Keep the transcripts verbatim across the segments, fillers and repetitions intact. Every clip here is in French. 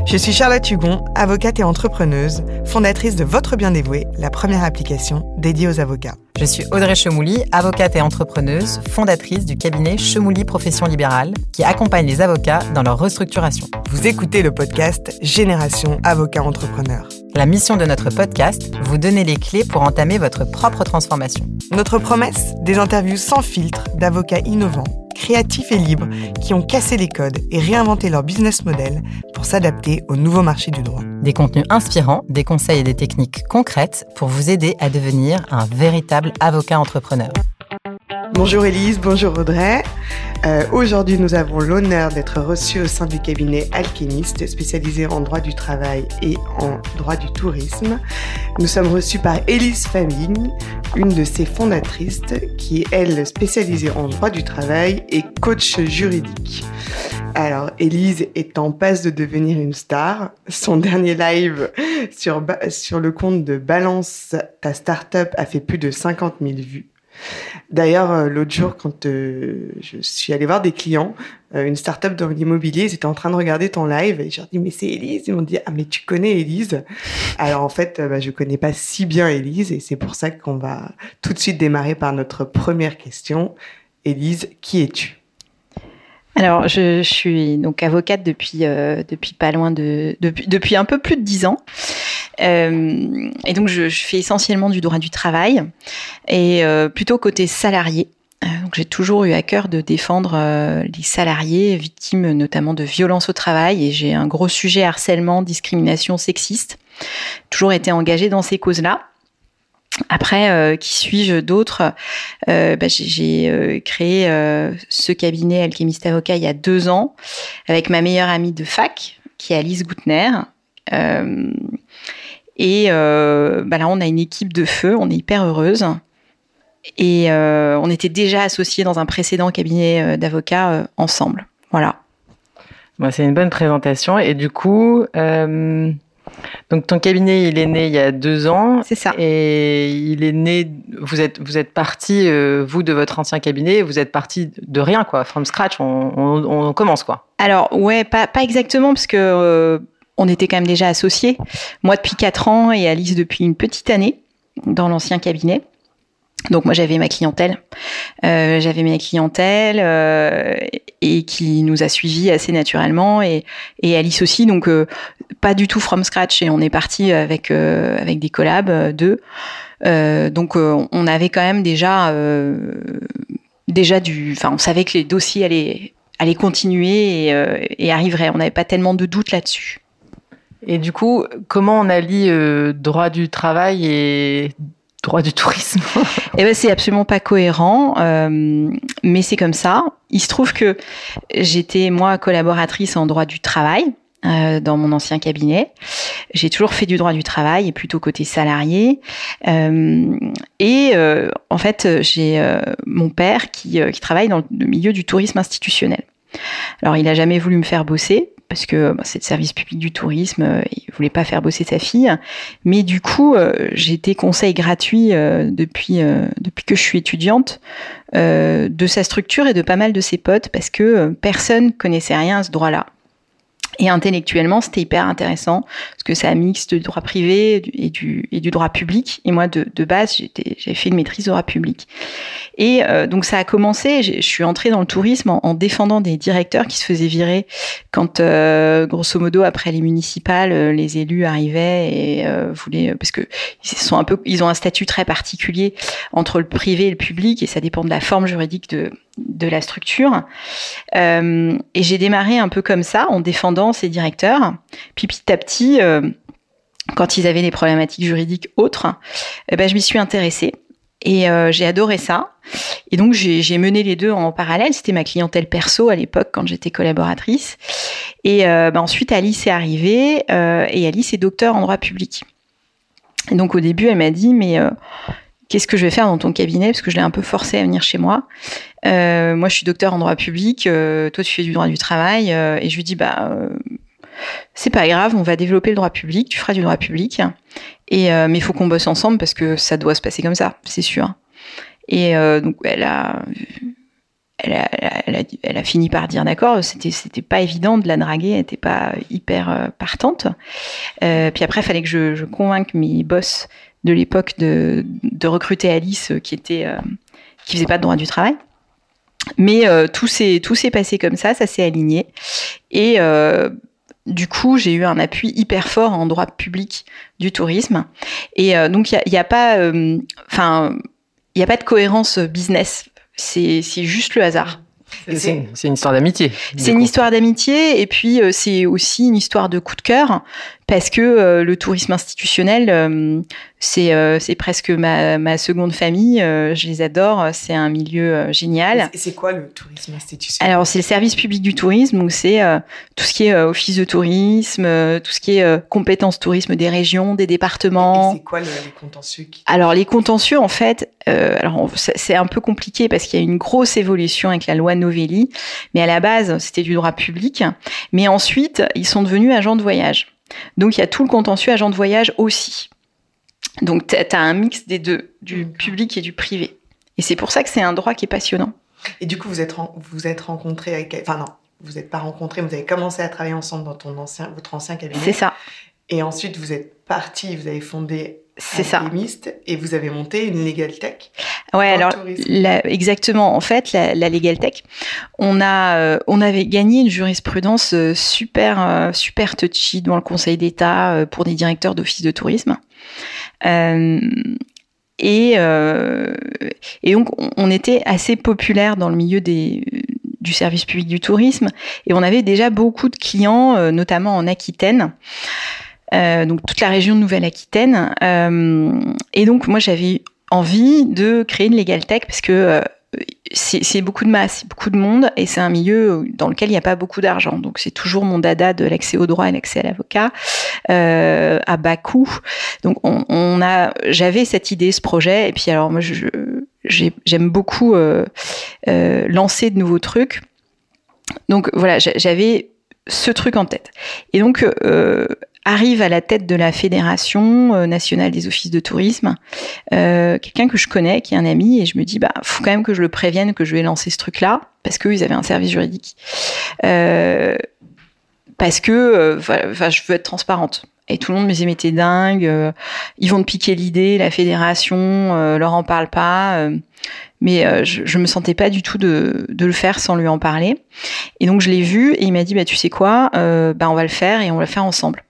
Je suis Charlotte Hugon, avocate et entrepreneuse, fondatrice de Votre Bien Dévoué, la première application dédiée aux avocats. Je suis Audrey Chemouli, avocate et entrepreneuse, fondatrice du cabinet Chemouli Profession Libérale, qui accompagne les avocats dans leur restructuration. Vous écoutez le podcast Génération Avocat Entrepreneur. La mission de notre podcast, vous donner les clés pour entamer votre propre transformation. Notre promesse, des interviews sans filtre d'avocats innovants, créatifs et libres qui ont cassé les codes et réinventé leur business model pour s'adapter au nouveau marché du droit. Des contenus inspirants, des conseils et des techniques concrètes pour vous aider à devenir un véritable avocat entrepreneur. Bonjour Élise, bonjour Audrey. Euh, aujourd'hui, nous avons l'honneur d'être reçus au sein du cabinet Alchemist, spécialisé en droit du travail et en droit du tourisme. Nous sommes reçus par Élise Famine, une de ses fondatrices, qui est, elle, spécialisée en droit du travail et coach juridique. Alors, Élise est en passe de devenir une star. Son dernier live sur, sur le compte de Balance ta startup a fait plus de cinquante mille vues. D'ailleurs, euh, l'autre jour, quand euh, je suis allée voir des clients, euh, une start-up dans l'immobilier, ils étaient en train de regarder ton live et je leur dis « Mais c'est Élise ?» Ils m'ont dit « Ah, mais tu connais Élise ?» Alors en fait, euh, bah, je connais pas si bien Élise et c'est pour ça qu'on va tout de suite démarrer par notre première question. Élise, qui es-tu ? Alors, je, je suis donc avocate depuis euh, depuis pas loin de depuis depuis un peu plus de dix ans. Euh, et donc, je, je fais essentiellement du droit du travail et euh, plutôt côté salarié. Euh, donc, j'ai toujours eu à cœur de défendre euh, les salariés victimes notamment de violences au travail et j'ai un gros sujet harcèlement, discrimination sexiste. Toujours été engagée dans ces causes-là. Après, euh, qui suis-je d'autres ? euh, bah, J'ai, j'ai euh, créé euh, ce cabinet Alchemist Avocat il y a deux ans avec ma meilleure amie de fac, qui est Alice Goutner. Euh, et euh, bah là, on a une équipe de feu, on est hyper heureuse. Et euh, on était déjà associés dans un précédent cabinet euh, d'avocats euh, ensemble. Voilà. Bon, c'est une bonne présentation. Et du coup... Euh... Donc ton cabinet, il est né il y a deux ans. C'est ça. Et il est né. Vous êtes vous êtes parti euh, vous de votre ancien cabinet. Vous êtes parti de rien quoi, from scratch. On, on, on commence quoi. Alors ouais, pas pas exactement parce que euh, on était quand même déjà associés. Moi depuis quatre ans et Alice depuis une petite année dans l'ancien cabinet. Donc moi j'avais ma clientèle, euh, j'avais ma clientèle euh, et qui nous a suivis assez naturellement et, et Alice aussi, donc euh, pas du tout from scratch et on est parti avec euh, avec des collabs euh, deux. Euh, donc euh, on avait quand même déjà euh, déjà du, enfin on savait que les dossiers allaient allaient continuer et, euh, et arriveraient. On n'avait pas tellement de doutes là-dessus. Et du coup, comment on allie euh, droit du travail et droit du tourisme? Eh ben c'est absolument pas cohérent, euh, mais c'est comme ça. Il se trouve que j'étais moi collaboratrice en droit du travail euh, dans mon ancien cabinet. J'ai toujours fait du droit du travail et plutôt côté salarié. Euh, et euh, en fait, j'ai euh, mon père qui, euh, qui travaille dans le milieu du tourisme institutionnel. Alors, il a jamais voulu me faire bosser parce que bah, c'est le service public du tourisme, euh, il voulait pas faire bosser sa fille. Mais du coup, euh, j'ai été conseil gratuit euh, depuis euh, depuis que je suis étudiante euh, de sa structure et de pas mal de ses potes parce que euh, personne connaissait rien à ce droit-là. Et intellectuellement, c'était hyper intéressant parce que ça mixe du droit privé et du, et du droit public. Et moi, de, de base, j'étais, j'avais fait une maîtrise de droit public. Et euh, donc, ça a commencé, je suis entrée dans le tourisme en, en défendant des directeurs qui se faisaient virer quand, euh, grosso modo, après les municipales, les élus arrivaient et euh, voulaient... Parce que ils, sont un peu, ils ont un statut très particulier entre le privé et le public et ça dépend de la forme juridique de... de la structure. Euh, et j'ai démarré un peu comme ça, en défendant ces directeurs. Puis petit à petit, euh, quand ils avaient des problématiques juridiques autres, eh ben, je m'y suis intéressée. Et euh, j'ai adoré ça. Et donc, j'ai, j'ai mené les deux en parallèle. C'était ma clientèle perso à l'époque, quand j'étais collaboratrice. Et euh, ben, ensuite, Alice est arrivée. Euh, et Alice est docteure en droit public. Et donc, au début, elle m'a dit, mais... Euh, qu'est-ce que je vais faire dans ton cabinet ? Parce que je l'ai un peu forcé à venir chez moi. Euh, moi, je suis docteur en droit public. Euh, toi, tu fais du droit du travail. Euh, et je lui dis, bah, euh, c'est pas grave, on va développer le droit public. Tu feras du droit public. Et euh, mais il faut qu'on bosse ensemble parce que ça doit se passer comme ça, c'est sûr. Et euh, donc, elle a elle a, elle a, elle a fini par dire d'accord. C'était, c'était pas évident de la draguer. Elle était pas hyper euh, partante. Euh, puis après, il fallait que je, je convainque mes boss de l'époque de, de recruter Alice, qui était, euh, qui faisait pas de droit du travail. Mais euh, tout s'est, tout s'est passé comme ça. Ça s'est aligné. Et euh, du coup, j'ai eu un appui hyper fort en droit public du tourisme. Et euh, donc, il y a, y a pas, enfin, euh, il y a pas de cohérence business. C'est, c'est juste le hasard. C'est, c'est, c'est une histoire d'amitié. C'est une histoire d'amitié et puis euh, c'est aussi une histoire de coup de cœur parce que euh, le tourisme institutionnel, euh, c'est, euh, c'est presque ma, ma seconde famille. Euh, je les adore. C'est un milieu euh, génial. Et c'est quoi le tourisme institutionnel ? Alors, c'est le service public du tourisme. Donc, c'est euh, tout ce qui est euh, office de tourisme, euh, tout ce qui est euh, compétences tourisme des régions, des départements. Et, et c'est quoi le, les contentieux qui... Alors, les contentieux, en fait, euh, alors on, c'est un peu compliqué parce qu'il y a une grosse évolution avec la loi Novelli. Mais à la base, c'était du droit public. Mais ensuite, ils sont devenus agents de voyage. Donc, il y a tout le contentieux agent de voyage aussi. Donc, tu as un mix des deux, du mmh. public et du privé. Et c'est pour ça que c'est un droit qui est passionnant. Et du coup, vous êtes, vous êtes rencontrés avec... Enfin non, vous n'êtes pas rencontrés, vous avez commencé à travailler ensemble dans ton ancien, votre ancien cabinet. C'est ça. Et ensuite, vous êtes partis, vous avez fondé C'est Alchemist ça. Et vous avez monté une Legal Tech. Ouais, alors la, exactement. En fait, la, la Legal Tech, on a, euh, on avait gagné une jurisprudence euh, super, euh, super touchy dans le Conseil d'État euh, pour des directeurs d'office de tourisme. Euh, et, euh, et donc, on était assez populaire dans le milieu des, du service public du tourisme. Et on avait déjà beaucoup de clients, euh, notamment en Aquitaine. Euh, donc toute la région de Nouvelle-Aquitaine. Euh, et donc, moi, j'avais envie de créer une Legal Tech parce que euh, c'est, c'est beaucoup de masse, c'est beaucoup de monde et c'est un milieu dans lequel il n'y a pas beaucoup d'argent. Donc, c'est toujours mon dada de l'accès au droit et l'accès à l'avocat euh, à bas coût. Donc, on, on a, j'avais cette idée, ce projet. Et puis, alors, moi, je, je, j'ai, j'aime beaucoup euh, euh, lancer de nouveaux trucs. Donc, voilà, j'avais ce truc en tête. Et donc, euh, arrive à la tête de la Fédération nationale des offices de tourisme euh, quelqu'un que je connais, qui est un ami, et je me dis, bah, faut quand même que je le prévienne que je vais lancer ce truc-là, parce qu'ils avaient un service juridique. Euh, parce que, euh, enfin, je veux être transparente. Et tout le monde me disait, mais t'es dingue, euh, ils vont te piquer l'idée, la fédération, euh, leur en parle pas. Euh, mais euh, je, je me sentais pas du tout de, de le faire sans lui en parler. Et donc, je l'ai vu, et il m'a dit, bah, tu sais quoi, euh, bah, on va le faire, et on va le faire ensemble.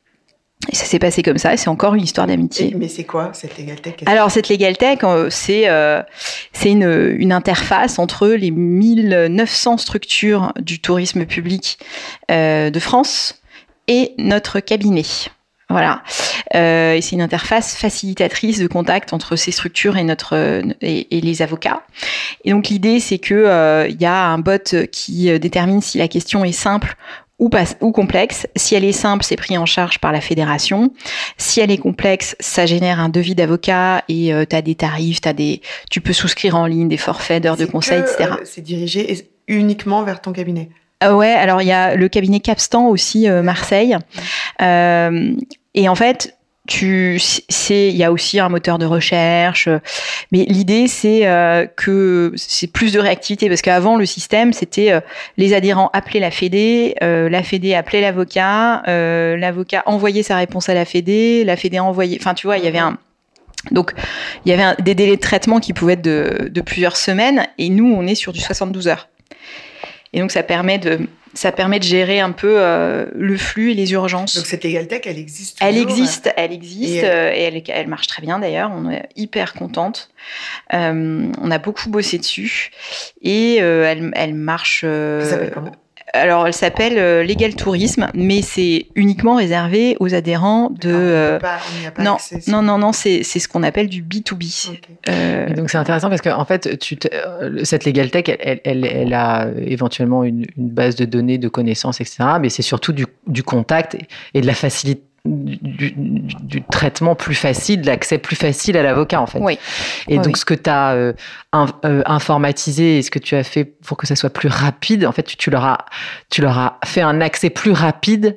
Et ça s'est passé comme ça, et c'est encore une histoire d'amitié. Et, mais c'est quoi cette Legal Tech ? Alors cette Legal Tech, c'est, euh, c'est une, une interface entre les mille neuf cents structures du tourisme public euh, de France et notre cabinet. Voilà. Euh, et c'est une interface facilitatrice de contact entre ces structures et, notre, et, et les avocats. Et donc l'idée, c'est qu'il euh, y a un bot qui détermine si la question est simple ou, pas, ou complexe. Si elle est simple, c'est pris en charge par la fédération. Si elle est complexe, ça génère un devis d'avocat et euh, tu as des tarifs, t'as des, tu peux souscrire en ligne des forfaits d'heures de conseil, que, et cetera. Euh, c'est dirigé uniquement vers ton cabinet ? Euh, ouais, alors il y a le cabinet Capstan aussi, euh, Marseille. Euh, et en fait, tu, c'est, il y a aussi un moteur de recherche, mais l'idée c'est euh, que c'est plus de réactivité parce qu'avant le système c'était euh, les adhérents appelaient la Fédé, euh, la Fédé appelait l'avocat, euh, l'avocat envoyait sa réponse à la Fédé, la Fédé envoyait, enfin tu vois, il y avait un donc il y avait un, des délais de traitement qui pouvaient être de, de plusieurs semaines et nous on est sur du soixante-douze heures. Et donc ça permet de ça permet de gérer un peu euh, le flux et les urgences. Donc cette Legal Tech, elle existe toujours ? Elle existe, elle existe et, euh... et elle, elle marche très bien d'ailleurs. On est hyper contente. Euh, on a beaucoup bossé dessus et euh, elle, elle marche. Euh, ça s'appelle comment ? Alors, elle s'appelle euh, Legal Tourisme, mais c'est uniquement réservé aux adhérents de. Euh, pas, on n'y a pas non, accès, non, non, non, c'est c'est ce qu'on appelle du B to B. Okay. Euh... Donc c'est intéressant parce que en fait, tu te, cette Legal Tech, elle, elle, elle a éventuellement une, une base de données, de connaissances, et cetera. Mais c'est surtout du, du contact et de la facilité. Du, du, du traitement plus facile, de l'accès plus facile à l'avocat, en fait. Oui. Et oui, donc, oui. ce que tu as euh, in, euh, informatisé et ce que tu as fait pour que ça soit plus rapide, en fait, tu, tu, leur, as, tu leur as fait un accès plus rapide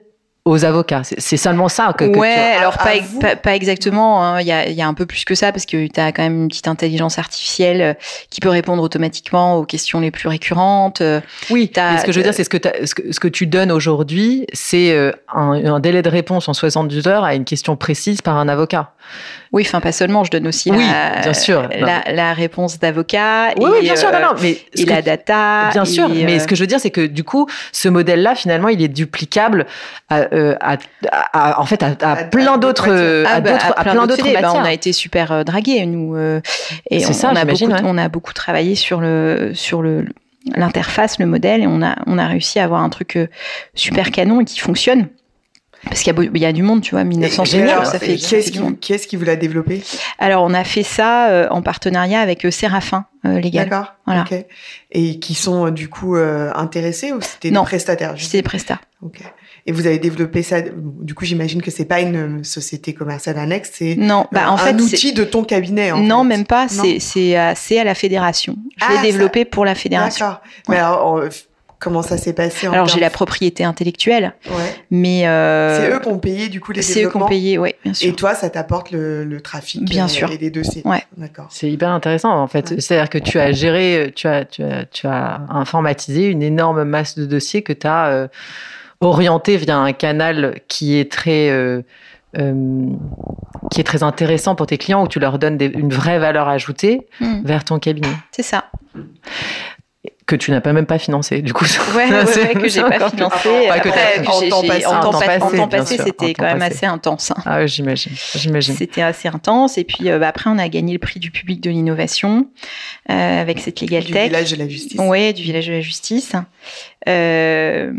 aux avocats. C'est, c'est seulement ça que, que ouais, tu... alors à, pas, à ex- pas, pas exactement. Il hein. y, a, y a un peu plus que ça parce que tu as quand même une petite intelligence artificielle qui peut répondre automatiquement aux questions les plus récurrentes. Oui, mais ce que je veux dire, c'est ce que, ce que, ce que tu donnes aujourd'hui, c'est un, un délai de réponse en soixante-douze heures à une question précise par un avocat. Oui, enfin pas seulement, je donne aussi oui, la, bien sûr. la, la réponse d'avocat oui, et, oui, bien sûr, non, non, mais et la data. Bien et sûr, mais euh... ce que je veux dire, c'est que du coup, ce modèle-là, finalement, il est duplicable à, à, à, à en fait, à, à, à plein d'autres, ah, à, bah, d'autres, à plein, à plein d'autres, d'autres matières. Bah, on a été super euh, dragués, nous, euh, et c'est on, ça, on a beaucoup, ouais. on a beaucoup travaillé sur le, sur le, l'interface, le modèle, et on a, on a réussi à avoir un truc euh, super canon et qui fonctionne. Parce qu'il y a, il y a du monde, tu vois, mille neuf cents génial, ça fait qui est-ce, qui, qui est-ce qui vous l'a développé? Alors, on a fait ça euh, en partenariat avec euh, Séraphin euh, Légal. D'accord, voilà. ok. Et qui sont, du coup, euh, intéressés ou c'était non, des prestataires? C'était des prestataires. Ok. Et vous avez développé ça, du coup, j'imagine que c'est pas une société commerciale annexe, c'est non, bah, en un, fait, un outil c'est... de ton cabinet, en Non, fait. même pas, non c'est, c'est, à, c'est à la fédération. Je ah, l'ai développé ça... pour la fédération. D'accord. Ouais. Mais alors, comment ça s'est passé en Alors, termes... j'ai la propriété intellectuelle, ouais. mais... Euh... C'est eux qui ont payé, du coup, les c'est développements. C'est eux qui ont payé, oui, bien sûr. Et toi, ça t'apporte le, le trafic bien et, sûr. et les dossiers. Ouais. D'accord. C'est hyper intéressant, en fait. Ouais. C'est-à-dire que tu as géré, tu as, tu as, tu as informatisé une énorme masse de dossiers que tu as euh, orienté via un canal qui est très... Euh, Euh, qui est très intéressant pour tes clients, où tu leur donnes des, une vraie valeur ajoutée mmh. vers ton cabinet. C'est ça. Que tu n'as pas même pas financé, du coup. Ouais, ouais, ouais que j'ai pas financé. Enfin, Après, que que j'ai, en temps passé, en temps passé, en temps passé sûr, c'était temps quand même passé. assez intense. Ah ouais, j'imagine, j'imagine. C'était assez intense. Et puis euh, bah, après, on a gagné le prix du public de l'innovation euh, avec cette Legal Du Tech. Du village de la justice. Ouais, du village de la justice. Euh,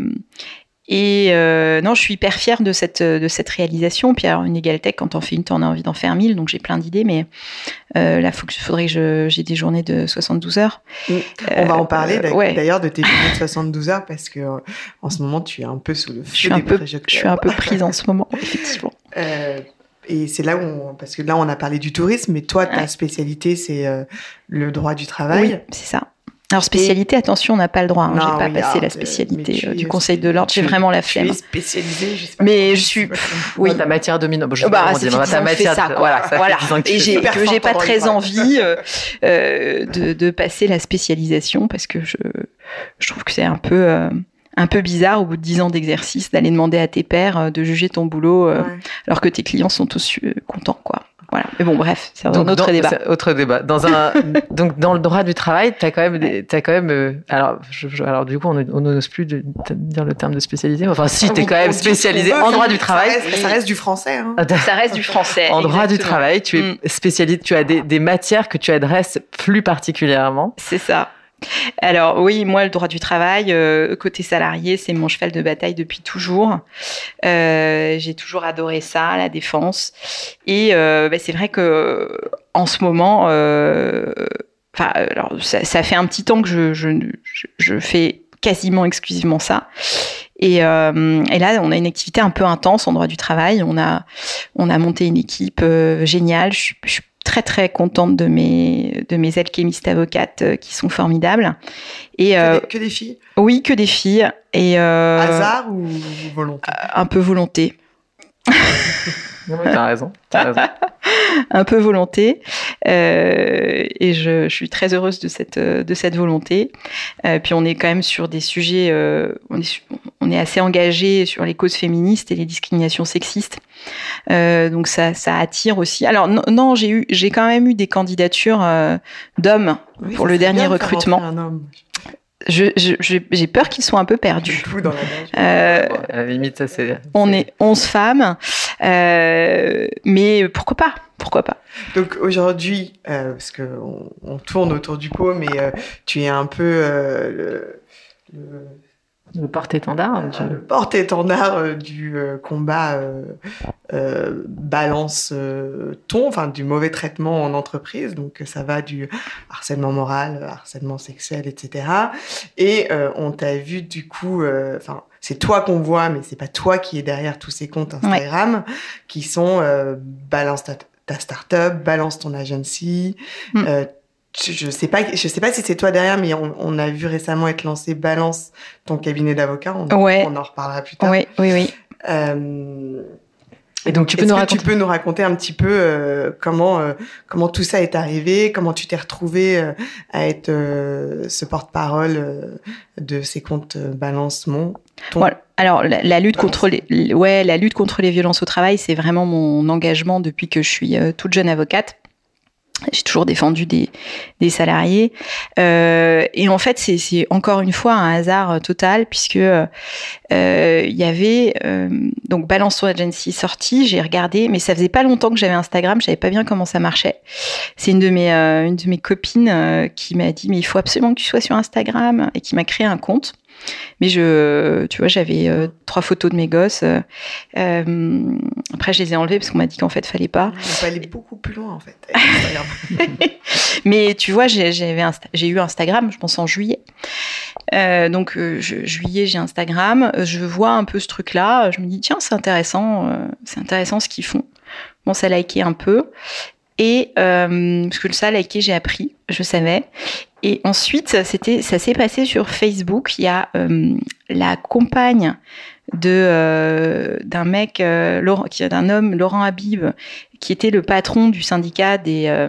Et euh, non, je suis hyper fière de cette de cette réalisation. Puis alors une Legal Tech, quand on fait une, t'en as envie d'en faire mille. Donc j'ai plein d'idées, mais euh, là, faut que, faudrait que je, j'ai des journées de soixante-douze heures. Mmh. On va en parler euh, ouais. d'ailleurs de tes journées de soixante-douze heures parce que euh, en ce moment tu es un peu sous le feu je suis des un peu, projecteurs. Je suis un peu prise en ce moment, effectivement. Euh, et c'est là où on, parce que là on a parlé du tourisme, mais toi ta ouais. spécialité c'est euh, le droit du travail. Oui, c'est ça. Alors, spécialité, et... attention, on n'a pas le droit. Hein. Je n'ai pas oui, passé alors, la spécialité euh, du Conseil de l'ordre. J'ai vraiment la flemme. Tu es spécialisée, je sais pas. Mais je suis... Oui. Ta matière dominante. Bon, je bah, sais pas, ta matière... ça, quoi. Voilà. Ça voilà. Et j'ai, que j'ai pas très envie euh, euh, de, de passer la spécialisation parce que je, je trouve que c'est un peu... Euh, un peu bizarre au bout de dix ans d'exercice d'aller demander à tes pairs euh, de juger ton boulot euh, ouais. alors que tes clients sont tous euh, contents, quoi. Voilà. Mais bon, bref, c'est donc, un autre dans, débat. C'est autre débat. Dans un, donc, dans le droit du travail, t'as quand même, des, t'as quand même, euh, alors, je, je, alors, du coup, on n'ose plus de, de dire le terme de spécialisé. Enfin, si, t'es quand même spécialisé en droit du travail. Ça reste, ça reste du français, hein. Ça reste du français. En droit exactement. du travail, tu es mm. spécialisé, tu as des, des matières que tu adresses plus particulièrement. C'est ça. Alors oui, moi le droit du travail, euh, côté salarié, c'est mon cheval de bataille depuis toujours. Euh, j'ai toujours adoré ça, la défense. Et euh, bah, c'est vrai que en ce moment, euh, enfin, alors ça, ça fait un petit temps que je, je, je, je fais quasiment exclusivement ça. Et, euh, et là, on a une activité un peu intense en droit du travail. On a, on a monté une équipe euh, géniale. Je suis, je suis très très contente de mes de mes alchimistes avocates euh, qui sont formidables. Et euh, que, des, que des filles. Oui, que des filles. Et euh, hasard ou volonté? Un peu volonté. Non, mais t'as raison. T'as raison. Un peu volonté. Euh, et je, je suis très heureuse de cette de cette volonté. Euh, puis on est quand même sur des sujets. Euh, on est on est assez engagé sur les causes féministes et les discriminations sexistes. Euh, donc ça ça attire aussi. Alors non, non j'ai eu j'ai quand même eu des candidatures euh, d'hommes oui, pour le dernier recrutement. Je, je, je, j'ai peur qu'ils soient un peu perdus. Dans la euh, bon, à la limite, ça c'est. On est onze femmes, euh, mais pourquoi pas? Pourquoi pas? Donc aujourd'hui, euh, parce que on, on tourne autour du pot, mais euh, tu es un peu euh, le, le Le porte-étendard. Euh, le porte-étendard euh, du euh, combat euh, euh, balance euh, ton, enfin du mauvais traitement en entreprise. Donc ça va du harcèlement moral, harcèlement sexuel, et cetera. Et euh, on t'a vu du coup, enfin euh, c'est toi qu'on voit, mais c'est pas toi qui est derrière tous ces comptes Instagram ouais. qui sont euh, balance ta, ta start-up, balance ton agency. Mm. Euh, Je sais pas, je sais pas si c'est toi derrière, mais on, on a vu récemment être lancé Balance, ton cabinet d'avocat. On, ouais. on en reparlera plus tard. Oui, oui, oui. Euh, Et donc, tu peux Est-ce nous que raconter... tu peux nous raconter un petit peu euh, comment euh, comment tout ça est arrivé, comment tu t'es retrouvé euh, à être euh, ce porte-parole euh, de ces comptes euh, Balance Mon. Ton... Voilà. Alors la, la lutte contre les ouais la lutte contre les violences au travail, c'est vraiment mon engagement depuis que je suis euh, toute jeune avocate. J'ai toujours défendu des, des salariés. Euh, et en fait, c'est, c'est encore une fois un hasard total, puisque euh, il y avait euh, donc Balance Ton Agency sorti, j'ai regardé, mais ça faisait pas longtemps que j'avais Instagram, je savais pas bien comment ça marchait. C'est une de mes, euh, une de mes copines euh, qui m'a dit, mais il faut absolument que tu sois sur Instagram, et qui m'a créé un compte. Mais je, tu vois, j'avais euh, trois photos de mes gosses. Euh, euh, après, je les ai enlevées parce qu'on m'a dit qu'en fait, fallait pas. On peut aller beaucoup plus loin, en fait. Mais tu vois, j'ai, j'avais Insta- j'ai eu Instagram, je pense en juillet. Euh, donc, euh, je, juillet, j'ai Instagram. Je vois un peu ce truc-là. Je me dis, tiens, c'est intéressant. Euh, c'est intéressant ce qu'ils font. Je commence à liker un peu. Et euh, parce que ça, liker, j'ai appris, je savais. Et ensuite, c'était, ça s'est passé sur Facebook. Il y a euh, la compagne de euh, d'un mec, euh, Laurent, qui d'un homme, Laurent Habib, qui était le patron du syndicat des euh,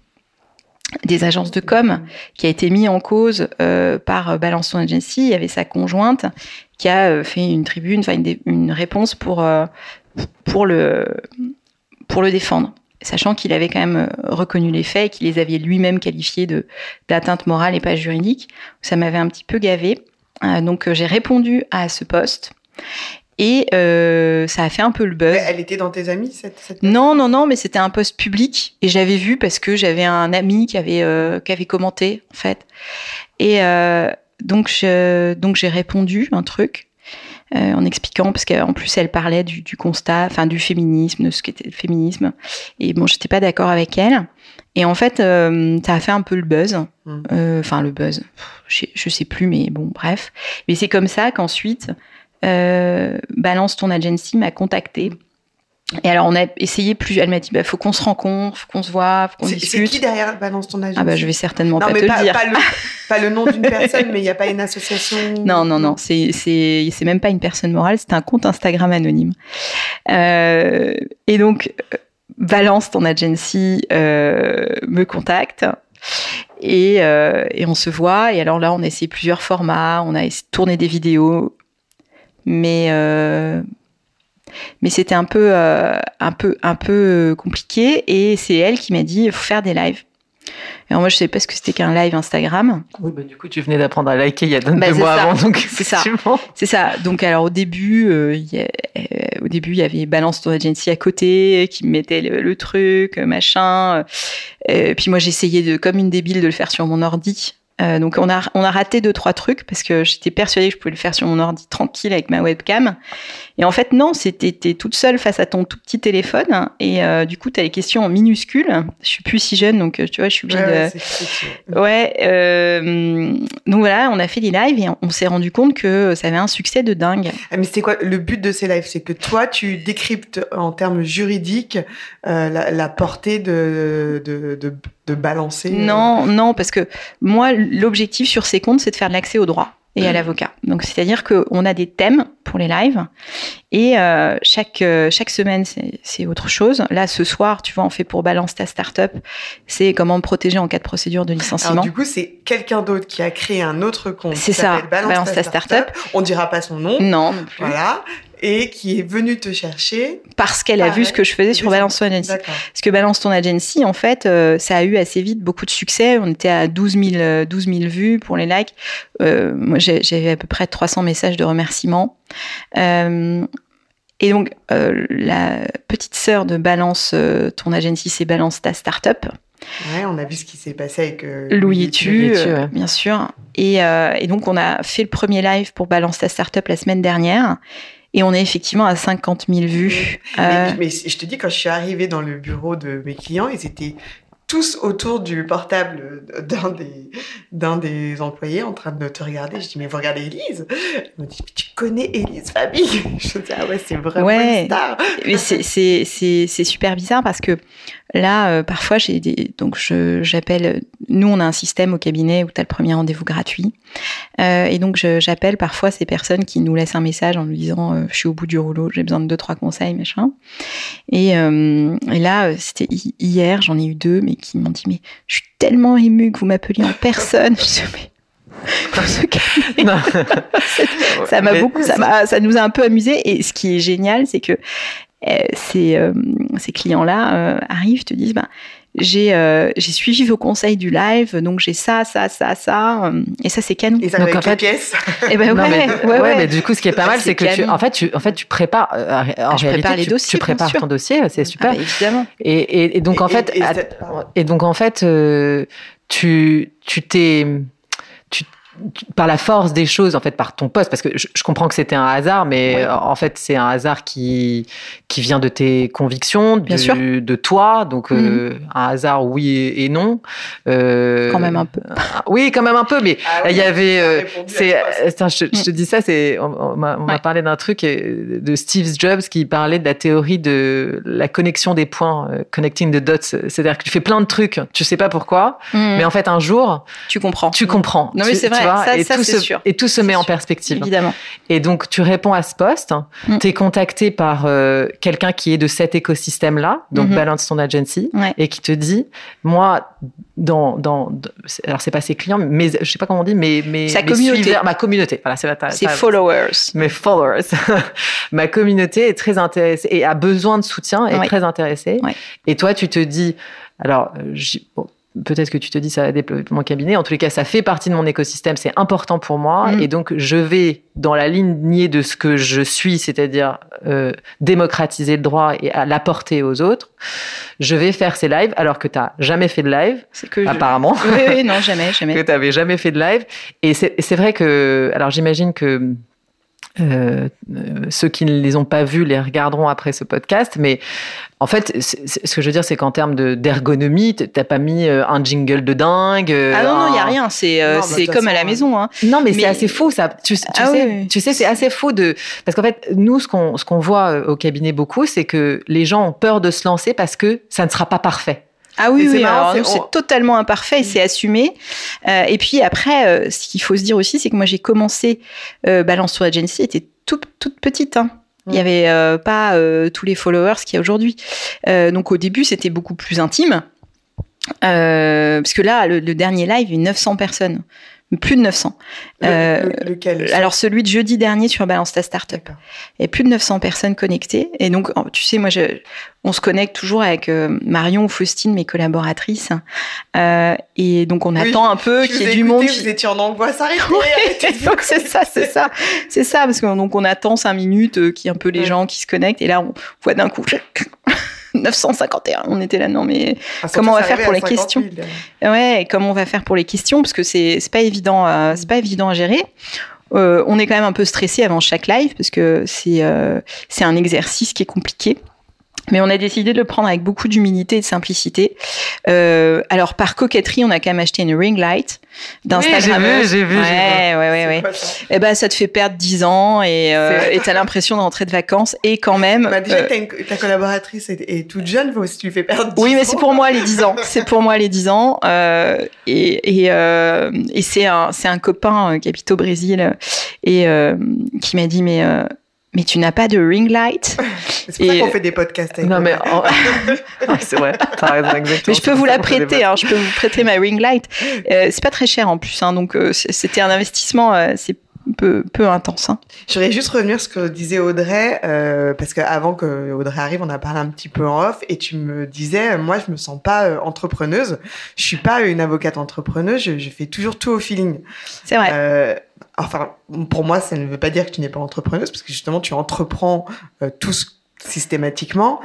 des agences de com, qui a été mis en cause euh, par Balance Ton Agency. Il y avait sa conjointe qui a euh, fait une tribune, enfin une, une réponse pour euh, pour le pour le défendre, sachant qu'il avait quand même reconnu les faits et qu'il les avait lui-même qualifiés de, d'atteinte morale et pas juridique. Ça m'avait un petit peu gavée. Euh, donc, j'ai répondu à ce post et euh, ça a fait un peu le buzz. Elle était dans tes amis, cette, cette Non, non, non, mais c'était un post public et j'avais vu parce que j'avais un ami qui avait, euh, qui avait commenté, en fait. Et euh, donc, je, donc, j'ai répondu un truc. Euh, en expliquant, parce qu'en plus elle parlait du, du constat, enfin du féminisme, de ce qu'était le féminisme, et bon, j'étais pas d'accord avec elle, et en fait euh, ça a fait un peu le buzz, enfin mmh. euh, le buzz, je, je sais plus, mais bon, bref, mais c'est comme ça qu'ensuite euh, Balance Ton Agency m'a contactée. Et alors, on a essayé plus. Elle m'a dit, bah, faut qu'on se rencontre, faut qu'on se voit, faut qu'on c'est, discute. C'est qui derrière Balance Ton Agency ? Ah, bah, je vais certainement non, pas mais te pas, le dire. Pas le, pas le nom d'une personne, mais il n'y a pas une association. Non, non, non. C'est, c'est, c'est même pas une personne morale, c'est un compte Instagram anonyme. Euh, et donc, Balance Ton Agency euh, me contacte. Et, euh, et on se voit. Et alors là, on a essayé plusieurs formats. On a essayé de tourner des vidéos. Mais. Euh, Mais c'était un peu, euh, un peu, un peu compliqué. Et c'est elle qui m'a dit, il faut faire des lives. Et alors moi, je ne savais pas ce que c'était qu'un live Instagram. Oui, bah, du coup, tu venais d'apprendre à liker il y a deux bah, mois ça. avant. Donc, c'est ça. C'est ça. Donc, alors, au début, euh, y a, euh, au début, il y avait Balance Ton Agency à côté, qui me mettait le, le truc, machin. Euh, puis moi, j'essayais de, comme une débile de le faire sur mon ordi. Euh, donc on a on a raté deux trois trucs parce que j'étais persuadée que je pouvais le faire sur mon ordi tranquille avec ma webcam, et en fait non, c'était t'es toute seule face à ton tout petit téléphone et euh, du coup t'as les questions en minuscules. Je suis plus si jeune, donc tu vois, je suis obligée ouais, de c'est ouais euh... donc voilà, on a fait des lives et on s'est rendu compte que ça avait un succès de dingue. Ah, mais c'était quoi le but de ces lives ? C'est que toi tu décryptes en termes juridiques euh, la, la portée de de, de de balancer. Non, euh... non, parce que moi, l'objectif sur ces comptes, c'est de faire de l'accès au droit et à l'avocat. Donc, c'est-à-dire qu'on a des thèmes pour les lives et euh, chaque, euh, chaque semaine, c'est, c'est autre chose. Là, ce soir, tu vois, on fait pour Balance ta startup, c'est comment me protéger en cas de procédure de licenciement. Alors, du coup, c'est quelqu'un d'autre qui a créé un autre compte. C'est ça, Balance, Balance ta, ta startup. startup. On dira pas son nom. Non, non plus. Voilà. Et qui est venue te chercher. Parce qu'elle a vu ce que je faisais sur Balance Ton Agency. D'accord. Parce que Balance Ton Agency, en fait, euh, ça a eu assez vite beaucoup de succès. On était à douze mille vues pour les likes. Euh, moi, j'ai, j'avais à peu près trois cents messages de remerciements. Euh, et donc, euh, la petite sœur de Balance euh, Ton Agency, c'est Balance ta startup. Ouais, on a vu ce qui s'est passé avec euh, Louis et tu, euh, ouais. bien sûr. Et, euh, et donc, on a fait le premier live pour Balance ta startup la semaine dernière. Et on est effectivement à cinquante mille vues. Mais, euh... mais je te dis, quand je suis arrivée dans le bureau de mes clients, ils étaient tous autour du portable d'un des, d'un des employés en train de te regarder. Je dis, mais vous regardez Élise ? Ils m'ont dit, mais tu connais Élise Famille ? Je dis, ah ouais, c'est vraiment ouais, une star. Mais c'est, c'est, c'est, c'est super bizarre parce que là, euh, parfois, j'ai des, donc je, j'appelle. Nous, on a un système au cabinet où tu as le premier rendez-vous gratuit, euh, et donc je, j'appelle parfois ces personnes qui nous laissent un message en nous disant euh, je suis au bout du rouleau, j'ai besoin de deux trois conseils, machin. Et, euh, et là, c'était hier, j'en ai eu deux, mais qui m'ont dit mais je suis tellement émue que vous m'appeliez en personne. Je dis, mais non. ça m'a beaucoup, ça, m'a, ça nous a un peu amusé. Et ce qui est génial, c'est que euh, ces, euh, ces clients-là euh, arrivent, te disent, bah, j'ai, euh, j'ai suivi vos conseils du live, donc j'ai ça, ça, ça, ça, euh, et ça c'est canon. Et ça donc avec en les fait, pièces. Et ben ouais, non, mais, ouais, ouais, ouais, mais du coup, ce qui est pas mal, c'est, c'est que tu, en fait, tu, en fait, tu prépares. Euh, en je réalité, prépare les tu, dossiers, tu prépares ton dossier, c'est super. Ah bah, évidemment. Et, et, et donc et, en fait, et, et, à, et donc en fait, euh, tu, tu t'es par la force des choses, en fait, par ton poste, parce que je, je comprends que c'était un hasard, mais ouais. en fait, c'est un hasard qui, qui vient de tes convictions, Bien du, sûr. de toi, donc mmh. euh, un hasard oui et, et non. Euh, quand même un peu. Oui, quand même un peu, mais ah, oui, il y avait... Euh, c'est, attends, je, je te dis ça, c'est, on, on, m'a, on ouais. m'a parlé d'un truc de Steve Jobs qui parlait de la théorie de la connexion des points, uh, connecting the dots, c'est-à-dire que tu fais plein de trucs, tu sais pas pourquoi, mmh. mais en fait, un jour... Tu comprends. Tu comprends. Non, mais tu, c'est vrai. Ça, et, ça, tout c'est se, sûr. et tout se met c'est en sûr. perspective. Évidemment. Et donc, tu réponds à ce poste, mm. tu es contacté par euh, quelqu'un qui est de cet écosystème-là, donc mm-hmm. Balance ton agency, ouais. et qui te dit, moi, dans, dans, dans alors c'est pas ses clients, mais je sais pas comment on dit, mais mes, Sa mes communauté. suiveurs, ma communauté, voilà, c'est, ta, c'est ta, followers, mes followers, ma communauté est très intéressée et a besoin de soutien, est ouais. très intéressée, ouais. et toi, tu te dis, alors, j'y, bon, peut-être que tu te dis ça va développer mon cabinet. En tous les cas, ça fait partie de mon écosystème, c'est important pour moi. Mmh. Et donc, je vais dans la lignée de ce que je suis, c'est-à-dire euh, démocratiser le droit et à l'apporter aux autres. Je vais faire ces lives alors que tu n'as jamais fait de live, c'est que apparemment. Je... Oui, oui, non, jamais, jamais. Que tu n'avais jamais fait de live. Et c'est, c'est vrai que... Alors, j'imagine que... Euh, euh, ceux qui ne les ont pas vus les regarderont après ce podcast, mais en fait, c'est, c'est, ce que je veux dire, c'est qu'en termes de, d'ergonomie, t'as pas mis euh, un jingle de dingue. Euh, ah non, non, il un... n'y a rien, c'est, euh, non, c'est comme à la maison. Hein. Non, mais, mais c'est assez faux, ça. Tu, tu, ah, sais, oui. tu sais, c'est assez faux de... Parce qu'en fait, nous, ce qu'on, ce qu'on voit au cabinet beaucoup, c'est que les gens ont peur de se lancer parce que ça ne sera pas parfait. Ah oui, oui, marrant, alors c'est, nous, on... c'est totalement imparfait et c'est assumé. Euh, et puis après, euh, ce qu'il faut se dire aussi, c'est que moi, j'ai commencé euh, Balance ton agency, était toute, toute petite, hein. Il n'y avait euh, pas euh, tous les followers qu'il y a aujourd'hui. Euh, donc au début, c'était beaucoup plus intime. Euh, parce que là, le, le dernier live, il y a eu neuf cents personnes. Plus de neuf cents. Le, euh, le, lequel alors celui de jeudi dernier sur Balance ta Startup. D'accord. Il y a plus de neuf cents personnes connectées. Et donc, tu sais, moi, je, on se connecte toujours avec euh, Marion ou Faustine, mes collaboratrices. Euh, et donc, on oui, attend un peu qu'il y ait du monde. Vous étiez en angoisse, arrêtez, arrêtez. Donc, c'est ça, c'est ça. C'est ça, parce qu'on donc, on attend cinq minutes euh, qu'il y ait un peu les ouais. gens qui se connectent. Et là, on voit d'un coup... neuf cent cinquante et un, on était là, non mais ah, comment on va faire pour les questions ouais, et comment on va faire pour les questions parce que c'est c'est pas évident, euh, c'est pas évident à gérer. Euh, on est quand même un peu stressé avant chaque live parce que c'est euh, c'est un exercice qui est compliqué. Mais on a décidé de le prendre avec beaucoup d'humilité et de simplicité. Euh, alors, par coquetterie, on a quand même acheté une ring light d'Instagram. Oui, j'ai vu, j'ai vu. Ouais, j'ai vu. ouais, ouais, ouais. Et ben, ça te fait perdre dix ans et, euh, et t'as l'impression de rentrer de vacances et quand même. Bah, déjà, euh, une, ta collaboratrice est, est toute jeune, si tu lui fais perdre dix ans. Oui, mais c'est pour moi les dix ans. C'est pour moi les dix ans. Euh, et, et, euh, et c'est un, c'est un copain qui habite au Brésil et euh, qui m'a dit, mais, euh, mais tu n'as pas de ring light. C'est pour et... ça qu'on fait des podcasts avec non, mais en... c'est vrai, t'as raison, exactement. Mais je peux vous la prêter, hein, je peux vous prêter ma ring light. Euh, c'est pas très cher en plus, hein, donc euh, c'était un investissement, euh, c'est peu, peu intense. Hein. Je voudrais juste revenir sur ce que disait Audrey, euh, parce qu'avant que Audrey arrive, on a parlé un petit peu en off, et tu me disais, moi, je me sens pas euh, entrepreneuse, je suis pas une avocate entrepreneuse, je, je fais toujours tout au feeling. C'est vrai. Euh, enfin, pour moi, ça ne veut pas dire que tu n'es pas entrepreneuse, parce que justement, tu entreprends euh, tout ce systématiquement.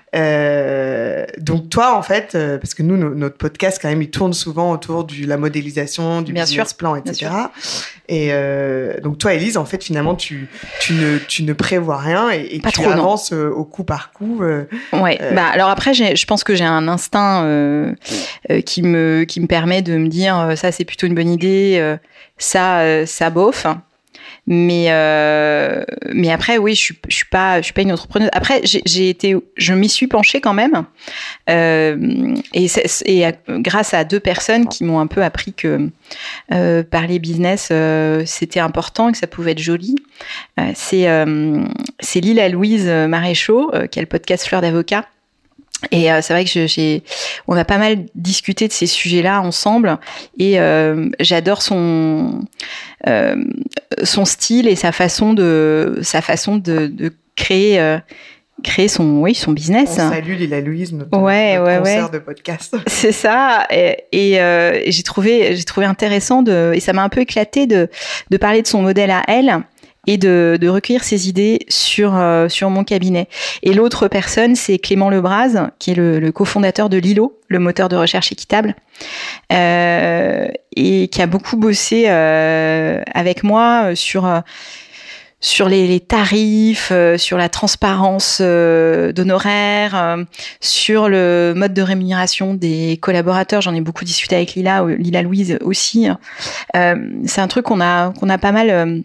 Euh, donc toi, en fait, euh, parce que nous, no, notre podcast, quand même, il tourne souvent autour de la modélisation, du bien business sûr, plan, et cetera. Et euh, donc toi, Élise, en fait, finalement, tu, tu, ne, tu ne prévois rien et, et tu trop, avances euh, au coup par coup. Euh, ouais. Euh, bah alors après, j'ai, je pense que j'ai un instinct euh, euh, qui me qui me permet de me dire euh, ça, c'est plutôt une bonne idée, euh, ça, euh, ça bof. Mais euh, mais après, oui, je suis je suis pas je suis pas une entrepreneuse. Après, j'ai, j'ai été, je m'y suis penchée quand même, euh, et, et à, grâce à deux personnes qui m'ont un peu appris que euh, parler business euh, c'était important et que ça pouvait être joli. Euh, c'est euh, c'est Lila Louise Maréchaux euh, qui a le podcast Fleur d'avocat. Et euh, c'est vrai que je, j'ai, on a pas mal discuté de ces sujets-là ensemble, et euh, j'adore son euh, son style et sa façon de sa façon de, de créer euh, créer son oui son business. On salue Lila Louise, notre, ouais, notre ouais, concert ouais. de podcast. C'est ça, et, et, euh, et j'ai trouvé j'ai trouvé intéressant de et ça m'a un peu éclaté de de parler de son modèle à elle. Et de, de recueillir ses idées sur euh, sur mon cabinet. Et l'autre personne, c'est Clément Lebras, qui est le, le cofondateur de Lilo, le moteur de recherche équitable, euh, et qui a beaucoup bossé euh, avec moi sur euh, sur les, les tarifs, euh, sur la transparence euh, d'honoraires, euh, sur le mode de rémunération des collaborateurs. J'en ai beaucoup discuté avec Lila, Lila Louise aussi. Euh, c'est un truc qu'on a qu'on a pas mal euh,